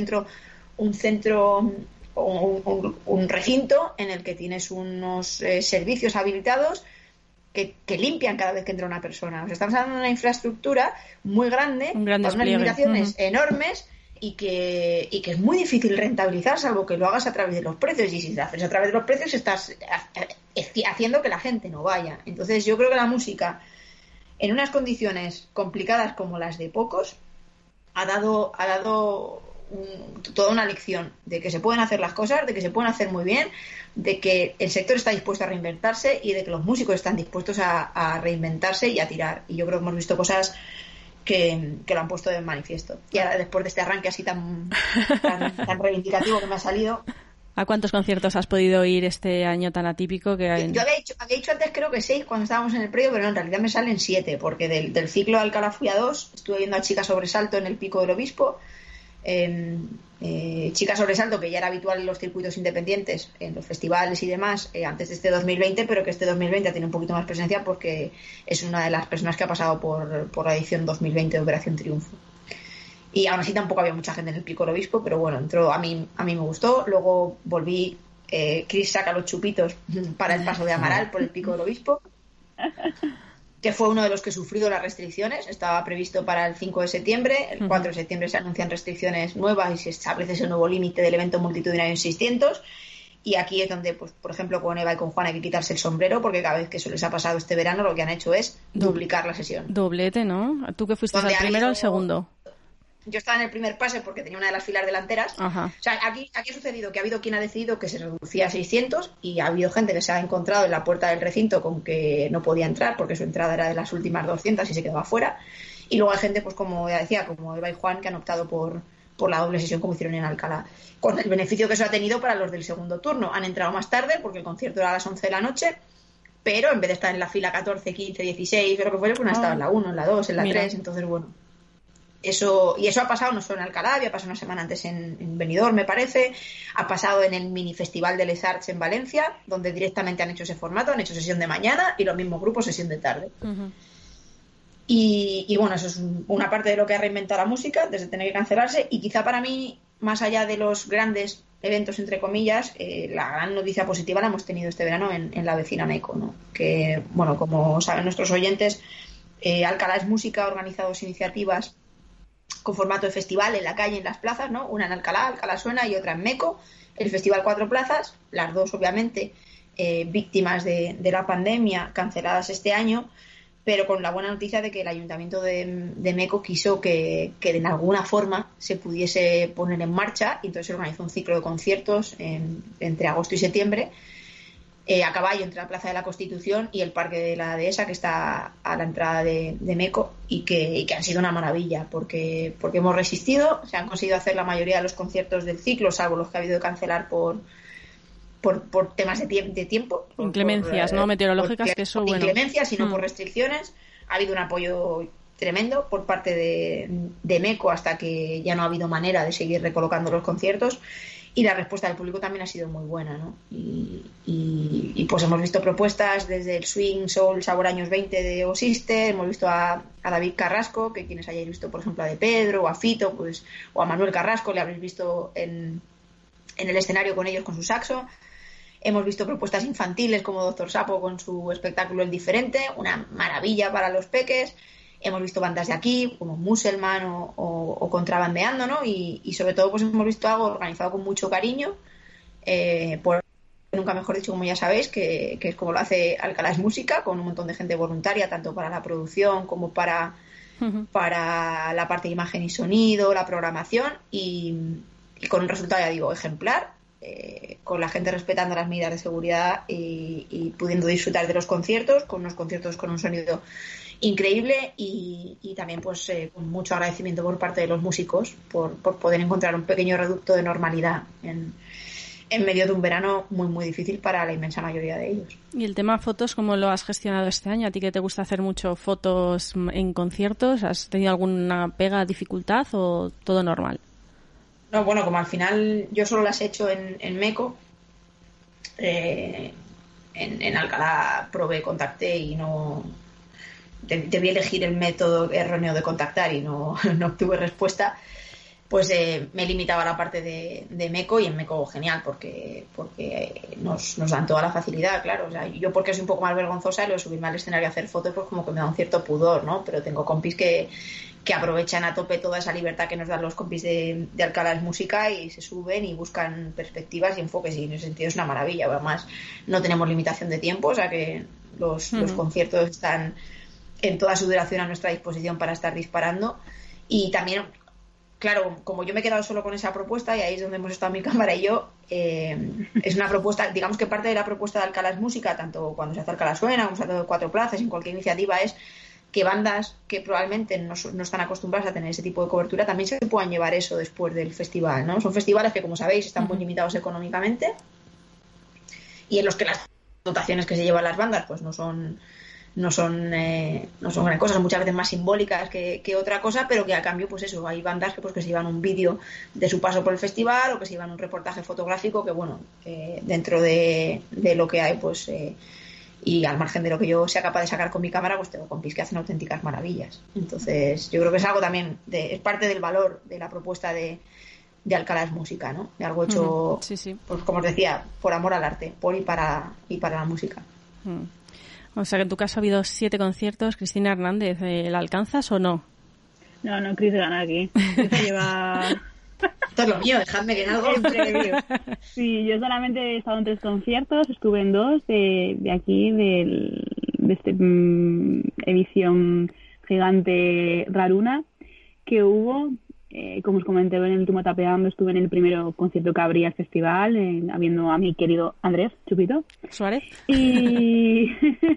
recinto en el que tienes unos servicios habilitados que limpian cada vez que entra una persona. O sea, estamos hablando de una infraestructura muy grande, con unas limitaciones enormes y que es muy difícil rentabilizar, salvo que lo hagas a través de los precios. Y si lo haces a través de los precios, estás haciendo que la gente no vaya. Entonces, yo creo que la música, en unas condiciones complicadas como las de pocos, ha dado toda una lección de que se pueden hacer las cosas, de que se pueden hacer muy bien, de que el sector está dispuesto a reinventarse y de que los músicos están dispuestos a reinventarse y a tirar. Y yo creo que hemos visto cosas que lo han puesto de manifiesto. Y ahora, después de este arranque así tan reivindicativo que me ha salido... ¿A cuántos conciertos has podido ir este año tan atípico? Yo había dicho antes creo que 6 cuando estábamos en el predio, pero no, en realidad me salen 7, porque del ciclo de Alcalá fui a 2, estuve viendo a Chica Sobresalto en el Pico del Obispo, Chica Sobresalto, que ya era habitual en los circuitos independientes, en los festivales y demás, antes de este 2020, pero que este 2020 tiene un poquito más presencia porque es una de las personas que ha pasado por la edición 2020 de Operación Triunfo. Y aún así tampoco había mucha gente en el Pico del Obispo, pero bueno, entró, a mí me gustó. Luego volví, Chris saca los chupitos para el paso de Amaral por el Pico del Obispo, que fue uno de los que sufrió las restricciones. Estaba previsto para el 5 de septiembre, el 4 de septiembre se anuncian restricciones nuevas y se establece ese nuevo límite del evento multitudinario en 600. Y aquí es donde, pues, por ejemplo, con Eva y con Juan hay que quitarse el sombrero, porque cada vez que eso les ha pasado este verano, lo que han hecho es duplicar la sesión. Doblete, ¿no? ¿Tú que fuiste al primero o al segundo? Yo estaba en el primer pase porque tenía una de las filas delanteras. Ajá. O sea, aquí ha sucedido que ha habido quien ha decidido que se reducía a 600 y ha habido gente que se ha encontrado en la puerta del recinto con que no podía entrar porque su entrada era de las últimas 200 y se quedaba fuera. Y luego hay gente, pues como ya decía, como Eva y Juan, que han optado por la doble sesión como hicieron en Alcalá, con el beneficio que eso ha tenido para los del segundo turno. Han entrado más tarde porque el concierto era a las 11 de la noche, pero en vez de estar en la fila 14, 15, 16 o lo que fuera, pues han estado en la 1, en la 2, en la 3, entonces bueno... Eso ha pasado no solo en Alcalá, había pasado una semana antes en Benidorm, me parece, ha pasado en el mini festival de Les Arts en Valencia, donde directamente han hecho ese formato, han hecho sesión de mañana y los mismos grupos sesión de tarde. Uh-huh. Y bueno, eso es una parte de lo que ha reinventado la música, desde tener que cancelarse, y quizá para mí, más allá de los grandes eventos, entre comillas, la gran noticia positiva la hemos tenido este verano en la vecina Meco, ¿no? Que, bueno, como saben nuestros oyentes, Alcalá es Música ha organizado iniciativas con formato de festival en la calle, en las plazas, ¿no? Una en Alcalá, Alcalá Suena, y otra en Meco. El festival 4 plazas, las dos obviamente víctimas de la pandemia, canceladas este año, pero con la buena noticia de que el ayuntamiento de Meco quiso que de alguna forma se pudiese poner en marcha, y entonces se organizó un ciclo de conciertos entre agosto y septiembre, a caballo entre la Plaza de la Constitución y el Parque de la Dehesa, que está a la entrada de Meco, y que han sido una maravilla, porque hemos resistido, se han conseguido hacer la mayoría de los conciertos del ciclo, salvo los que ha habido que cancelar por temas de tiempo. Inclemencias, ¿no? Meteorológicas, que eso, bueno. Inclemencias, sino por restricciones. Ha habido un apoyo tremendo por parte de MECO, hasta que ya no ha habido manera de seguir recolocando los conciertos, y la respuesta del público también ha sido muy buena, ¿no? Y pues hemos visto propuestas desde el Swing Soul Sabor Años 20 de Osiste, hemos visto a David Carrasco, que quienes hayáis visto por ejemplo a De Pedro o a Fito, pues, o a Manuel Carrasco, le habréis visto en el escenario con ellos con su saxo. Hemos visto propuestas infantiles como Doctor Sapo con su espectáculo El Diferente, una maravilla para los peques. Hemos visto bandas de aquí, como Muselman o Contrabandeando, ¿no? Y sobre todo pues hemos visto algo organizado con mucho cariño, por nunca mejor dicho, como ya sabéis, que es como lo hace Alcalá es Música, con un montón de gente voluntaria, tanto para la producción como para la parte de imagen y sonido, la programación, y con un resultado, ya digo, ejemplar, con la gente respetando las medidas de seguridad y pudiendo disfrutar de los conciertos, con unos conciertos con un sonido increíble, y también pues con mucho agradecimiento por parte de los músicos por poder encontrar un pequeño reducto de normalidad en medio de un verano muy muy difícil para la inmensa mayoría de ellos. ¿Y el tema fotos, cómo lo has gestionado este año? ¿A ti que te gusta hacer mucho fotos en conciertos? ¿Has tenido alguna pega, dificultad o todo normal? No, bueno, como al final yo solo las he hecho en MECO, en Alcalá probé, contacté y no... Debí elegir el método erróneo de contactar y no obtuve respuesta, pues me limitaba a la parte de MECO, y en MECO genial porque nos dan toda la facilidad, claro. O sea, yo porque soy un poco más vergonzosa, lo de subirme al escenario a hacer fotos pues como que me da un cierto pudor, ¿no? Pero tengo compis que aprovechan a tope toda esa libertad que nos dan los compis de Alcalá es Música, y se suben y buscan perspectivas y enfoques, y en ese sentido es una maravilla. Además no tenemos limitación de tiempo, o sea que los conciertos están en toda su duración a nuestra disposición para estar disparando. Y también, claro, como yo me he quedado solo con esa propuesta, y ahí es donde hemos estado mi cámara y yo, es una propuesta, digamos que parte de la propuesta de Alcalá es Música, tanto cuando se hace Alcalá Suena, como se hace Cuatro Plazas, en cualquier iniciativa, es que bandas que probablemente no están acostumbradas a tener ese tipo de cobertura también se puedan llevar eso después del festival, ¿no? Son festivales que, como sabéis, están muy limitados económicamente, y en los que las dotaciones que se llevan las bandas pues no son gran cosa, son muchas veces más simbólicas que otra cosa, pero que a cambio pues eso, hay bandas que se llevan un vídeo de su paso por el festival, o que se llevan un reportaje fotográfico que, bueno, dentro de lo que hay, pues y al margen de lo que yo sea capaz de sacar con mi cámara, pues tengo compis que hacen auténticas maravillas. Entonces yo creo que es algo también, es parte del valor de la propuesta de Alcalá es Música, ¿no? De algo hecho, sí. Pues como os decía, por amor al arte, por y para la música. O sea que en tu caso ha habido 7 conciertos. Cristina Hernández, ¿la alcanzas o no? No, Cris gana aquí. Cris lleva... Esto es lo mío, dejadme que en algo. Sí, yo solamente he estado en 3 conciertos, estuve en 2 de aquí, de este edición gigante Raruna que hubo. Como os comenté en el último Tapeando, estuve en el primero concierto que abría el festival, habiendo a mi querido Andrés Chupito Suárez. Y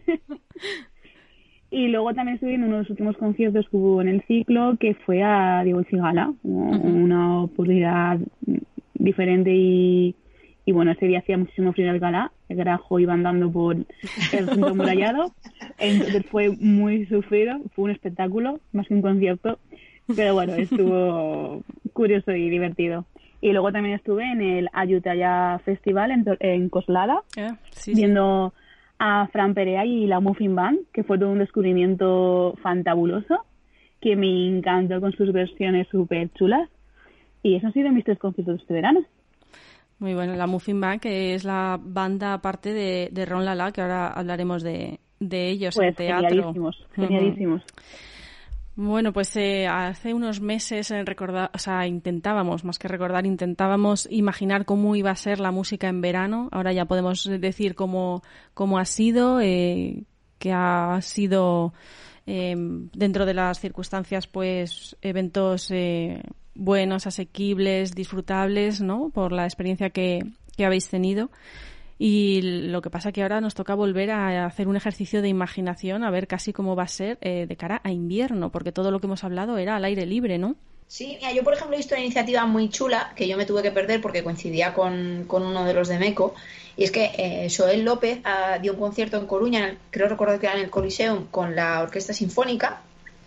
luego también estuve en uno de los últimos conciertos que hubo en el ciclo, que fue a Diego Cigala, una oportunidad diferente, y bueno, ese día hacía muchísimo frío en Alcalá, el Grajo iba andando por el centro amurallado, entonces fue muy sufrido, fue un espectáculo, más que un concierto. Pero bueno, estuvo curioso y divertido. Y luego también estuve en el Ayutthaya Festival en Coslada, viendo a Fran Perea y la Muffin Band, que fue todo un descubrimiento fantabuloso, que me encantó con sus versiones súper chulas. Y eso han sido mis 3 conciertos de este verano. Muy bueno, la Muffin Band, que es la banda aparte de Ron Lala, que ahora hablaremos de ellos, pues en teatro. Genialísimos. Bueno, pues hace unos meses intentábamos imaginar cómo iba a ser la música en verano. Ahora ya podemos decir cómo ha sido, que ha sido dentro de las circunstancias, pues eventos buenos, asequibles, disfrutables, ¿no? Por la experiencia que habéis tenido. Y lo que pasa que ahora nos toca volver a hacer un ejercicio de imaginación, a ver casi cómo va a ser de cara a invierno, porque todo lo que hemos hablado era al aire libre, ¿no? Sí, mira, yo por ejemplo he visto una iniciativa muy chula que yo me tuve que perder porque coincidía con uno de los de MECO, y es que Joel López dio un concierto en Coruña, creo recordar que era en el Coliseum, con la Orquesta Sinfónica,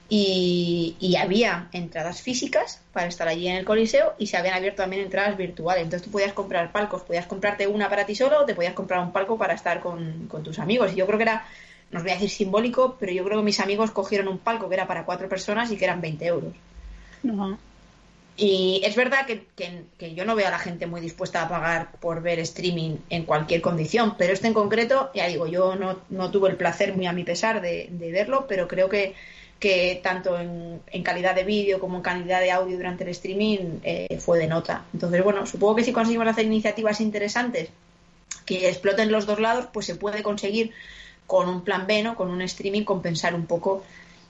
y había entradas físicas para estar allí en el Coliseo y se habían abierto también entradas virtuales. Entonces tú podías comprar palcos, podías comprarte una para ti solo o te podías comprar un palco para estar con tus amigos. Y yo creo que era, no os voy a decir simbólico, pero yo creo que mis amigos cogieron un palco que era para 4 personas y que eran 20 euros. Uh-huh. Y es verdad que yo no veo a la gente muy dispuesta a pagar por ver streaming en cualquier condición, pero este en concreto, ya digo, yo no tuve el placer, muy a mi pesar, de verlo, pero creo que tanto en calidad de vídeo como en calidad de audio durante el streaming fue de nota. Entonces, bueno, supongo que si conseguimos hacer iniciativas interesantes que exploten los dos lados, pues se puede conseguir con un plan B, ¿no? Con un streaming, compensar un poco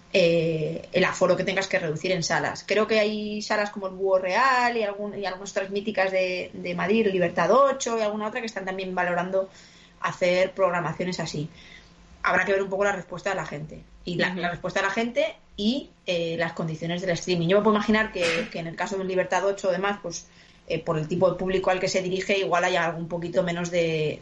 el aforo que tengas que reducir en salas. Creo que hay salas como el Búho Real y algunas otras míticas de Madrid, Libertad 8 y alguna otra que están también valorando hacer programaciones así. Habrá que ver un poco la respuesta de la gente y la respuesta de la gente y las condiciones del streaming. Yo me puedo imaginar que en el caso de un Libertad 8 además, pues por el tipo de público al que se dirige igual haya algún poquito menos de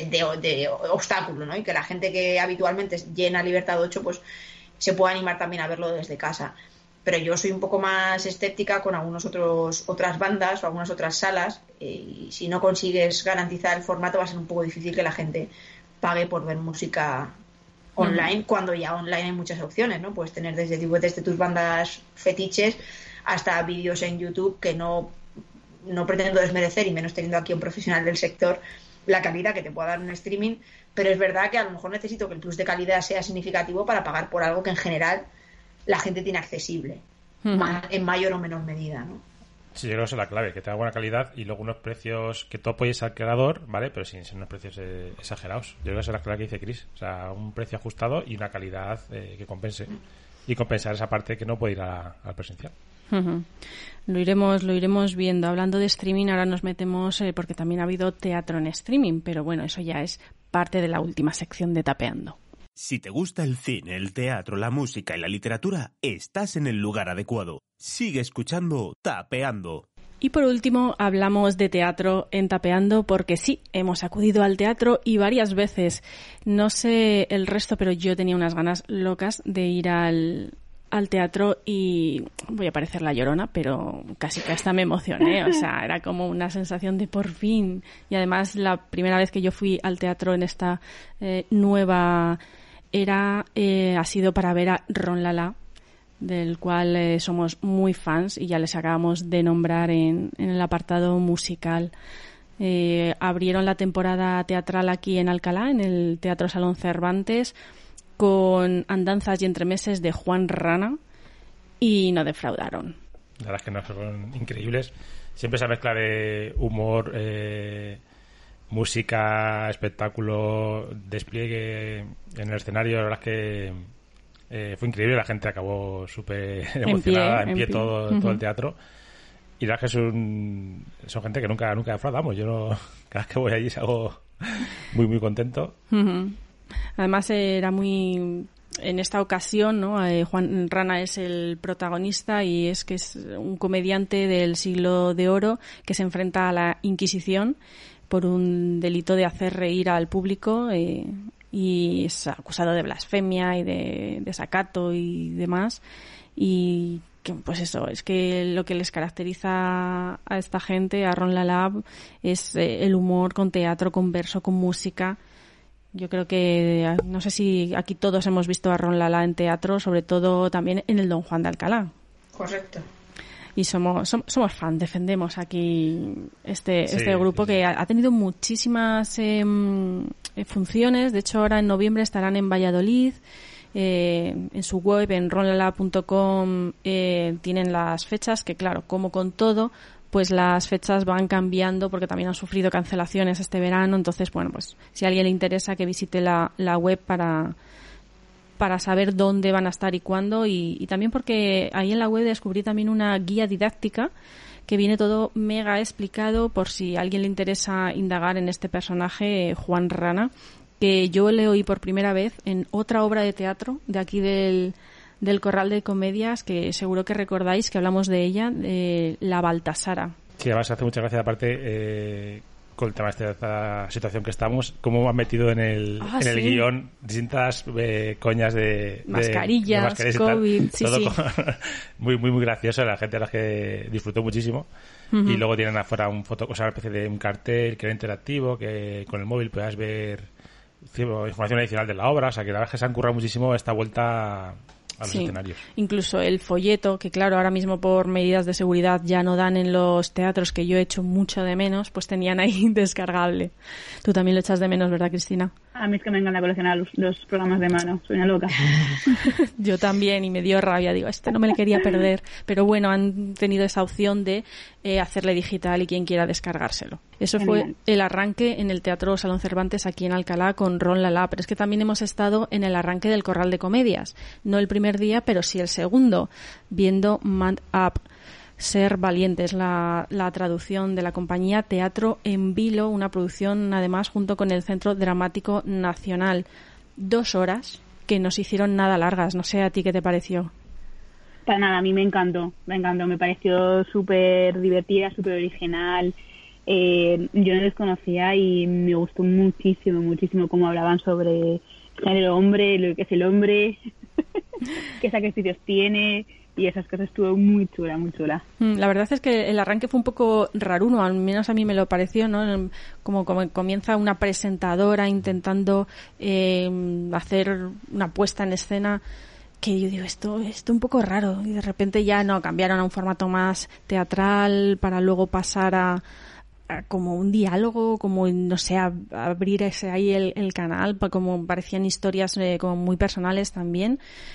obstáculo, ¿no? Y que la gente que habitualmente llena Libertad 8 pues se pueda animar también a verlo desde casa. Pero yo soy un poco más escéptica con otras bandas o algunas otras salas y si no consigues garantizar el formato va a ser un poco difícil que la gente pague por ver música online, cuando ya online hay muchas opciones, ¿no? Puedes tener desde tus bandas fetiches hasta vídeos en YouTube, que no pretendo desmerecer, y menos teniendo aquí un profesional del sector, la calidad que te pueda dar un streaming, pero es verdad que a lo mejor necesito que el plus de calidad sea significativo para pagar por algo que en general la gente tiene accesible, en mayor o menor medida, ¿no? Sí, yo creo que esa es la clave, que tenga buena calidad y luego unos precios que tú apoyes al creador, ¿vale? Pero sin ser unos precios exagerados. Yo creo que esa es la clave que dice Chris. O sea, un precio ajustado y una calidad que compense. Y compensar esa parte que no puede ir al presencial. Uh-huh. Lo iremos viendo. Hablando de streaming, ahora nos metemos, porque también ha habido teatro en streaming, pero bueno, eso ya es parte de la última sección de Tapeando. Si te gusta el cine, el teatro, la música y la literatura, estás en el lugar adecuado. Sigue escuchando Tapeando. Y por último, hablamos de teatro en Tapeando, porque sí, hemos acudido al teatro y varias veces. No sé el resto, pero yo tenía unas ganas locas de ir al teatro y voy a parecer la Llorona, pero casi que hasta me emocioné. O sea, era como una sensación de por fin. Y además, la primera vez que yo fui al teatro en esta nueva era ha sido para ver a Ron Lala, del cual somos muy fans y ya les acabamos de nombrar en el apartado musical. Abrieron la temporada teatral aquí en Alcalá, en el Teatro Salón Cervantes, con andanzas y entremeses de Juan Rana, y no defraudaron. La verdad es que no, fueron increíbles. Siempre esa mezcla de humor, música, espectáculo, despliegue en el escenario, la verdad es que fue increíble. La gente acabó súper emocionada, en pie todo el teatro. Y la verdad es que son gente que nunca defraudamos. Yo cada vez que voy allí salgo muy, muy contento. Uh-huh. Además era muy... En esta ocasión, ¿no? Juan Rana es el protagonista y es que es un comediante del siglo de oro que se enfrenta a la Inquisición por un delito de hacer reír al público y es acusado de blasfemia y de desacato y demás. Y que, pues eso, es que lo que les caracteriza a esta gente, a Ron Lala, es el humor con teatro, con verso, con música. Yo creo que, no sé si aquí todos hemos visto a Ron Lala en teatro, sobre todo también en el Don Juan de Alcalá. Correcto. Y somos fan, defendemos aquí este grupo que ha tenido muchísimas funciones. De hecho, ahora en noviembre estarán en Valladolid. En su web, en ronlala.com, tienen las fechas, que claro, como con todo, pues las fechas van cambiando porque también han sufrido cancelaciones este verano. Entonces, bueno, pues si a alguien le interesa, que visite la web para saber dónde van a estar y cuándo, y también porque ahí en la web descubrí también una guía didáctica que viene todo mega explicado por si a alguien le interesa indagar en este personaje, Juan Rana, que yo le oí por primera vez en otra obra de teatro de aquí del Corral de Comedias, que seguro que recordáis que hablamos de ella, de La Baltasara. Sí, además hace mucha gracia, aparte, con el tema de esta situación que estamos, cómo han metido en el sí. guión distintas coñas de mascarillas, de COVID, y tal. sí. Muy, muy, muy gracioso, la gente a la que disfrutó muchísimo. Uh-huh. Y luego tienen afuera una especie de un cartel que era interactivo, que con el móvil puedas ver información adicional de la obra. O sea, que la verdad es que se han currado muchísimo esta vuelta a los escenarios. Incluso el folleto, que claro, ahora mismo por medidas de seguridad ya no dan en los teatros, que yo he hecho mucho de menos, pues tenían ahí descargable. Tú también lo echas de menos, ¿verdad, Cristina? A mí es que me encanta coleccionar los programas de mano, soy una loca. Yo también, y me dio rabia, digo, no me le quería perder, pero bueno, han tenido esa opción de hacerle digital y quien quiera descargárselo. Eso fue el arranque en el Teatro Salón Cervantes aquí en Alcalá con Ron Lala, pero es que también hemos estado en el arranque del Corral de Comedias, no el primer día, pero sí el segundo, viendo Man Up. Ser valiente es la traducción de la compañía Teatro en Vilo, una producción además junto con el Centro Dramático Nacional. 2 horas que no se hicieron nada largas. No sé a ti qué te pareció. Para nada, a mí me encantó, me pareció súper divertida, súper original. Yo no les conocía y me gustó muchísimo cómo hablaban sobre el género hombre, lo que es el hombre, qué sacrificios tiene. Y esas cosas estuvo muy chula. La verdad es que el arranque fue un poco raruno, al menos a mí me lo pareció, ¿no? Como comienza una presentadora intentando hacer una puesta en escena que yo digo, esto un poco raro. Y de repente ya no, cambiaron a un formato más teatral para luego pasar a como un diálogo, como, no sé, abrir ahí el canal, como parecían historias como muy personales también.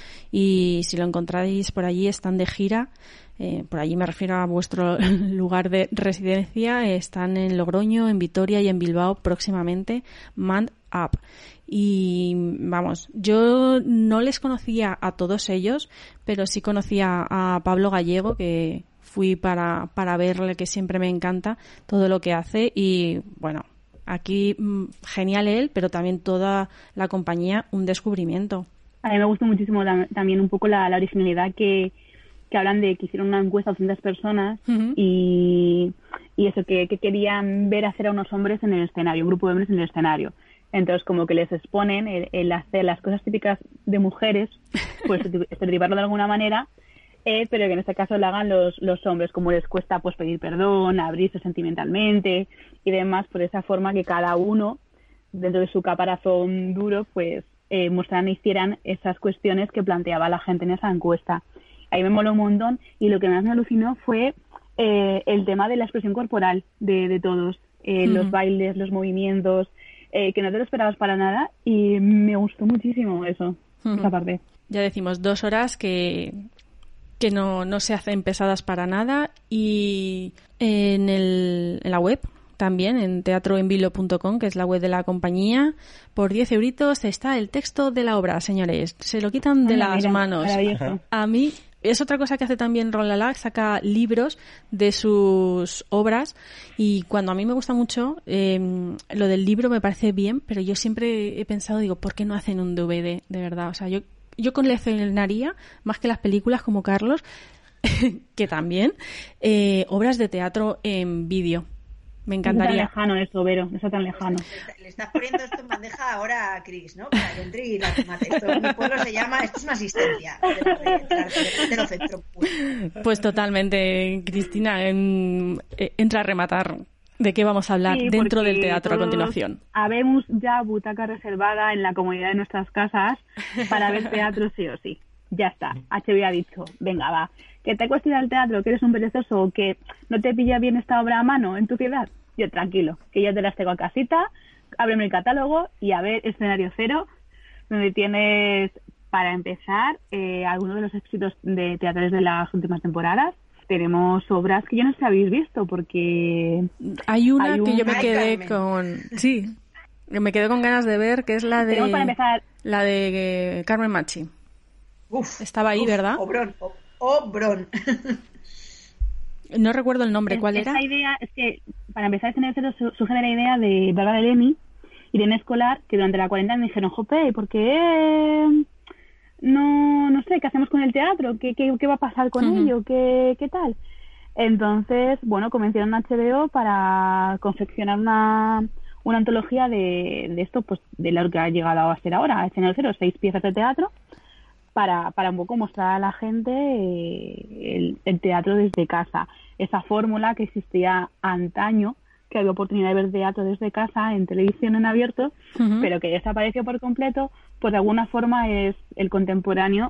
Y si lo encontráis por allí, están de gira, por allí me refiero a vuestro lugar de residencia, están en Logroño, en Vitoria y en Bilbao próximamente, Man Up. Y vamos, yo no les conocía a todos ellos, pero sí conocía a Pablo Gallego, que fui para verle, que siempre me encanta todo lo que hace. Y bueno, aquí genial él, pero también toda la compañía, un descubrimiento. A mí me gustó muchísimo también un poco la originalidad que hablan de que hicieron una encuesta a 200 personas uh-huh. y eso, que querían ver hacer a unos hombres en el escenario, un grupo de hombres en el escenario. Entonces, como que les exponen el hacer las cosas típicas de mujeres, pues estereotiparlo de alguna manera, pero que en este caso lo hagan los hombres, como les cuesta pues pedir perdón, abrirse sentimentalmente y demás, por esa forma que cada uno, dentro de su caparazón duro, pues mostraran e hicieran esas cuestiones que planteaba la gente en esa encuesta. Ahí me moló un montón y lo que más me alucinó fue el tema de la expresión corporal de todos, los bailes, los movimientos, que no te lo esperabas para nada y me gustó muchísimo eso, esa parte. Ya decimos, 2 horas que no se hacen pesadas para nada y en la web también, en teatroenvilo.com, que es la web de la compañía, por 10 euritos está el texto de la obra, señores. Se lo quitan de las manos. A mí es otra cosa que hace también Ron Lala, saca libros de sus obras y cuando a mí me gusta mucho, lo del libro me parece bien, pero yo siempre he pensado, digo, ¿por qué no hacen un DVD? De verdad, o sea, yo coleccionaría, más que las películas como Carlos, que también, obras de teatro en vídeo. Me encantaría. No está tan lejano eso, Vero, no está tan lejano. Le estás poniendo esto en bandeja ahora a Cris, ¿no? Para que entre y la mate. Esto en mi pueblo se llama, esto es una asistencia de los centros. Pues totalmente, Cristina, entra a rematar. ¿De qué vamos a hablar dentro del teatro a continuación? Habemos ya butaca reservada en la comodidad de nuestras casas para ver teatro sí o sí. Ya está, HBO ha dicho, venga, va. ¿Que te cuesta ir al teatro, que eres un perezoso o que no te pilla bien esta obra a mano en tu ciudad? Yo tranquilo, que yo te las tengo a casita, ábreme el catálogo y a ver Escenario Cero, donde tienes, para empezar, algunos de los éxitos de teatrales de las últimas temporadas. Tenemos obras que yo no sé si habéis visto, porque... Hay una que yo me quedé con... Sí, me quedé con ganas de ver, que es la de... Tenemos para empezar... La de Carmen Machi. Estaba ahí, ¿verdad? Obrón. No recuerdo el nombre, ¿cuál era? Esa idea es que, para empezar, surge de la idea de Bárbara Lemi y Irene Escolar, que durante la cuarentena me dijeron, jope, ¿por qué no sé, qué hacemos con el teatro? ¿Qué va a pasar con ello? ¿Qué tal? Entonces, bueno, convencieron a HBO para confeccionar una antología de esto, pues de lo que ha llegado a ser ahora, Escenario Cero, 6 piezas de teatro, para un poco mostrar a la gente el teatro desde casa. Esa fórmula que existía antaño, que había oportunidad de ver teatro desde casa en televisión en abierto, pero que desapareció por completo, pues de alguna forma es el contemporáneo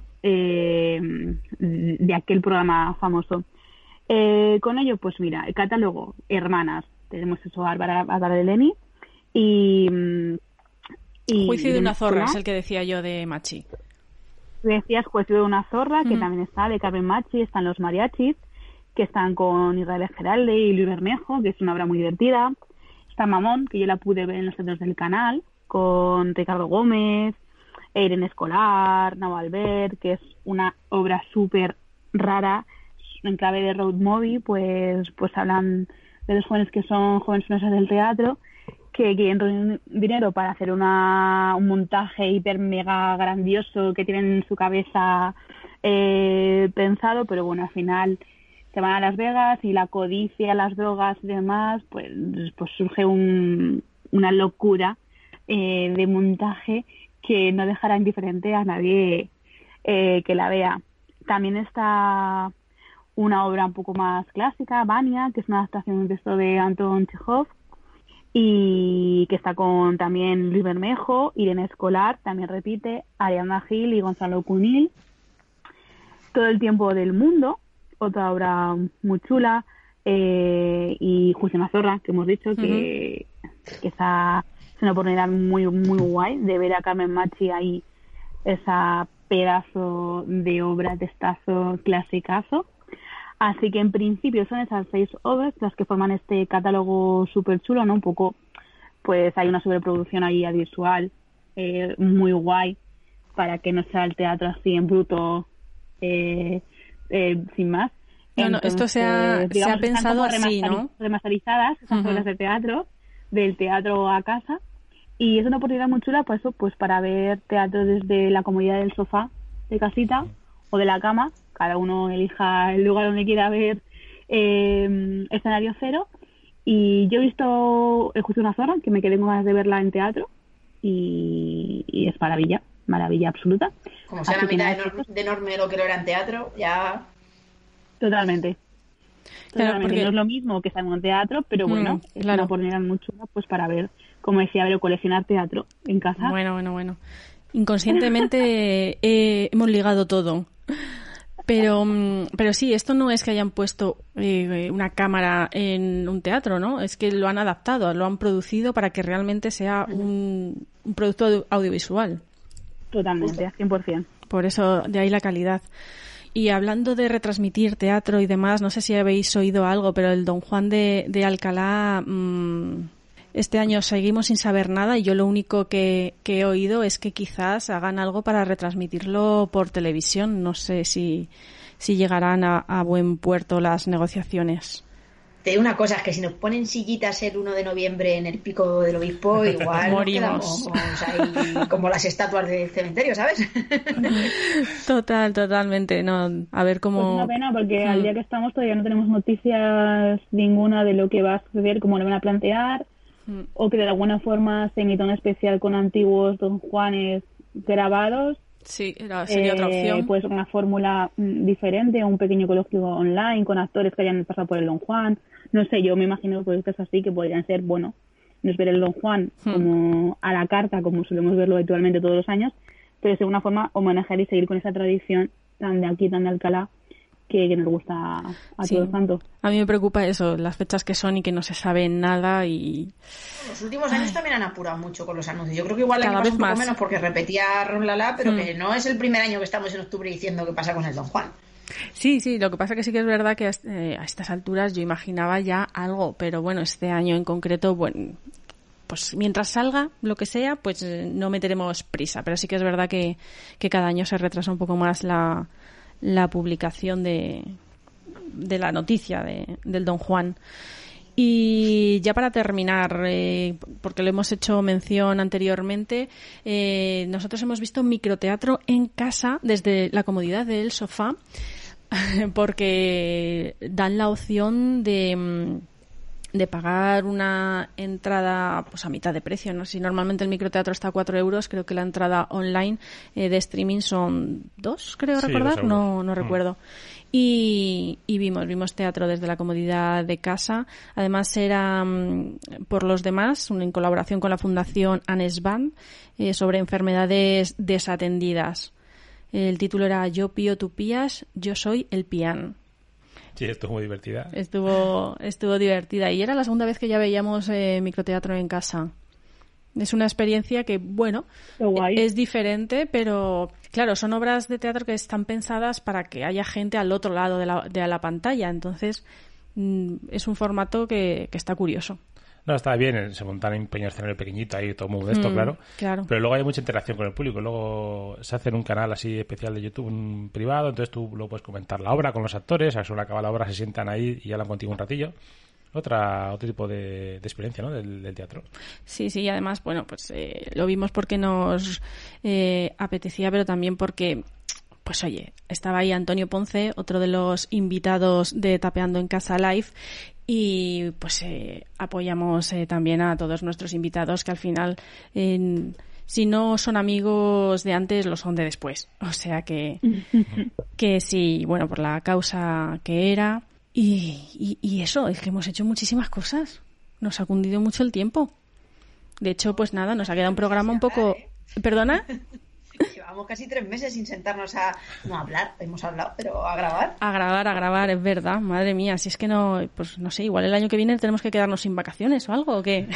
de aquel programa famoso. Con ello, pues mira, el catálogo, Hermanas, tenemos eso a Bárbara Eleni y Juicio de una zorra es el que decía yo de Machi. Decías Juicio de una zorra, que también está de Carmen Machi, están los mariachis, que están con Israel Geralde y Luis Bermejo, que es una obra muy divertida. Está Mamón, que yo la pude ver en los centros del canal, con Ricardo Gómez, Irene Escolar, Nao Albert, que es una obra súper rara, en clave de road movie, pues hablan de los jóvenes que son jóvenes promesas del teatro, que quieren reunir dinero para hacer un montaje hiper mega grandioso que tienen en su cabeza pensado, pero bueno, al final se van a Las Vegas y la codicia, las drogas y demás, pues surge una locura de montaje que no dejará indiferente a nadie que la vea. También está una obra un poco más clásica, Vania, que es una adaptación de un texto de Anton Chekhov, y que está con también Luis Bermejo, Irene Escolar, también repite, Ariadna Gil y Gonzalo Cunil. Todo el tiempo del mundo, otra obra muy chula, y Juicio de una zorra, que hemos dicho, que esa es una oportunidad muy, muy guay de ver a Carmen Machi ahí, esa pedazo de obra, testazo, clasicazo. Así que en principio son esas 6 obras las que forman este catálogo súper chulo, ¿no? Un poco, pues hay una sobreproducción ahí audiovisual muy guay, para que no sea el teatro así en bruto, sin más. No, esto se ha pensado así, ¿no? Remasterizadas, esas obras de teatro, del teatro a casa, y es una oportunidad muy chula, pues eso, pues para ver teatro desde la comodidad del sofá de casita o de la cama. Cada uno elija el lugar donde quiera ver Escenario Cero. Y yo he visto El Juicio de una zorra, que me quedé con ganas de verla en teatro, y es maravilla absoluta. Como sea la mitad de enorme lo que lo era en teatro, ya... Totalmente, porque no es lo mismo que estar en un teatro, pero bueno, es una oportunidad muy chula pues para ver, como decía Vero, coleccionar teatro en casa. Bueno. Inconscientemente hemos ligado todo. Pero sí, esto no es que hayan puesto una cámara en un teatro, ¿no? Es que lo han adaptado, lo han producido para que realmente sea un producto audiovisual. Totalmente, 100%. Por eso, de ahí la calidad. Y hablando de retransmitir teatro y demás, no sé si habéis oído algo, pero el Don Juan de Alcalá... Este año seguimos sin saber nada y yo lo único que he oído es que quizás hagan algo para retransmitirlo por televisión. No sé si llegarán a buen puerto las negociaciones. Te digo una cosa, es que si nos ponen sillitas el 1 de noviembre en el Pico del Obispo, igual morimos. Ahí, como las estatuas del cementerio, ¿sabes? Totalmente. No, a ver cómo... Pues una pena, porque al día que estamos todavía no tenemos noticias ninguna de lo que va a suceder, cómo lo van a plantear, o que de alguna forma se emita un especial con antiguos Don Juanes grabados. Sí, sería otra opción. Pues una fórmula diferente, un pequeño coloquio online con actores que hayan pasado por el Don Juan. No sé, yo me imagino proyectos así que podrían ser, bueno, no es ver el Don Juan como a la carta, como solemos verlo habitualmente todos los años, pero de una forma homenajear y seguir con esa tradición tan de aquí, tan de Alcalá, que nos gusta a todos tanto. A mí me preocupa eso, las fechas que son y que no se sabe nada y... Los últimos años también han apurado mucho con los anuncios. Yo creo que igual el Cada año vez pasado un poco más. menos porque repetía Ron Lala, pero que no es el primer año que estamos en octubre diciendo qué pasa con el Don Juan. Sí, lo que pasa que sí que es verdad que a estas alturas yo imaginaba ya algo, pero bueno, este año en concreto, bueno, pues mientras salga lo que sea, pues no meteremos prisa, pero sí que es verdad que cada año se retrasa un poco más la publicación de la noticia del Don Juan. Y ya para terminar, porque lo hemos hecho mención anteriormente, nosotros hemos visto microteatro en casa desde la comodidad del sofá. porque dan la opción de pagar una entrada pues a mitad de precio, ¿no? Si normalmente el microteatro está a 4 euros, creo que la entrada online de streaming son 2, creo recordar, no recuerdo. Y vimos teatro desde la comodidad de casa. Además era por los demás, en colaboración con la Fundación Anes Band, sobre enfermedades desatendidas. El título era Yo pío, tú pías, yo soy el pián. Sí, estuvo muy divertida. Estuvo divertida. Y era la segunda vez que ya veíamos microteatro en casa. Es una experiencia que, bueno, es diferente, pero claro, son obras de teatro que están pensadas para que haya gente al otro lado de la pantalla. Entonces, es un formato que está curioso. No, está bien, se montan en un pequeño escenario pequeñito ahí, todo muy modesto, claro. Pero luego hay mucha interacción con el público. Luego se hace en un canal así especial de YouTube, un privado, entonces tú lo puedes comentar la obra con los actores, a eso acaba la obra, se sientan ahí y hablan contigo un ratillo. Otro tipo de experiencia, ¿no? Del teatro. Sí, y además, bueno, pues lo vimos porque nos apetecía, pero también porque, pues oye, estaba ahí Antonio Ponce, otro de los invitados de Tapeando en Casa Live, y pues apoyamos también a todos nuestros invitados que al final, si no son amigos de antes, lo son de después. O sea que sí, bueno, por la causa que era. Y eso, es que hemos hecho muchísimas cosas. Nos ha cundido mucho el tiempo. De hecho, pues nada, nos ha quedado un programa un poco... ¿Perdona? Llevamos casi 3 meses sin sentarnos a... No a hablar, hemos hablado, pero a grabar. A grabar, es verdad. Madre mía, si es que no... Pues no sé, igual el año que viene tenemos que quedarnos sin vacaciones o algo, ¿o qué?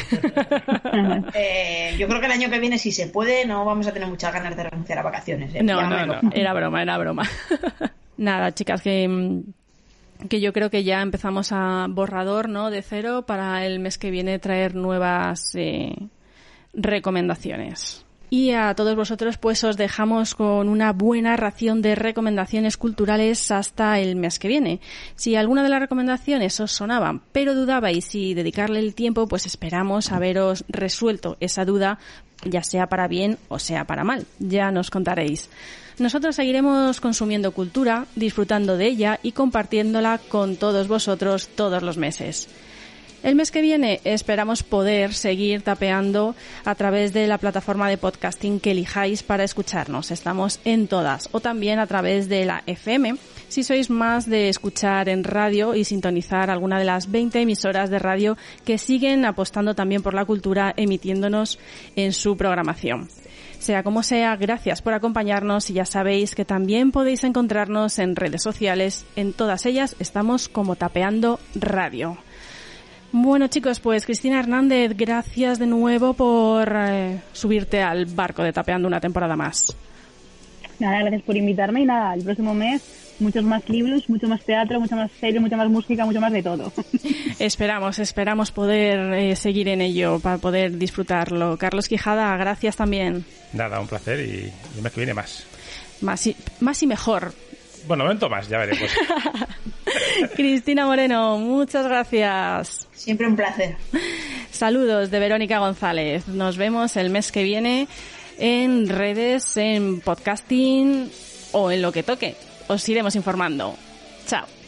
Yo creo que el año que viene, si se puede, no vamos a tener muchas ganas de renunciar a vacaciones. No, era broma. Nada, chicas, que yo creo que ya empezamos a borrador, ¿no? De cero para el mes que viene traer nuevas recomendaciones. Y a todos vosotros pues os dejamos con una buena ración de recomendaciones culturales hasta el mes que viene. Si alguna de las recomendaciones os sonaban pero dudabais si dedicarle el tiempo, pues esperamos haberos resuelto esa duda, ya sea para bien o sea para mal. Ya nos contaréis. Nosotros seguiremos consumiendo cultura, disfrutando de ella y compartiéndola con todos vosotros todos los meses. El mes que viene esperamos poder seguir tapeando a través de la plataforma de podcasting que elijáis para escucharnos. Estamos en todas, o también a través de la FM, si sois más de escuchar en radio y sintonizar alguna de las 20 emisoras de radio que siguen apostando también por la cultura, emitiéndonos en su programación. Sea como sea, gracias por acompañarnos y ya sabéis que también podéis encontrarnos en redes sociales. En todas ellas estamos como Tapeando Radio. Bueno, chicos, pues Cristina Hernández, gracias de nuevo por subirte al barco de Tapeando una temporada más. Nada, gracias por invitarme y nada, el próximo mes muchos más libros, mucho más teatro, mucha más serie, mucha más música, mucho más de todo. Esperamos poder seguir en ello para poder disfrutarlo. Carlos Quijada, gracias también. Nada, un placer y el mes que viene más. Más y mejor. Bueno, momento más, ya veremos. Cristina Moreno, muchas gracias. Siempre un placer. Saludos de Verónica González. Nos vemos el mes que viene en redes, en podcasting o en lo que toque. Os iremos informando. Chao.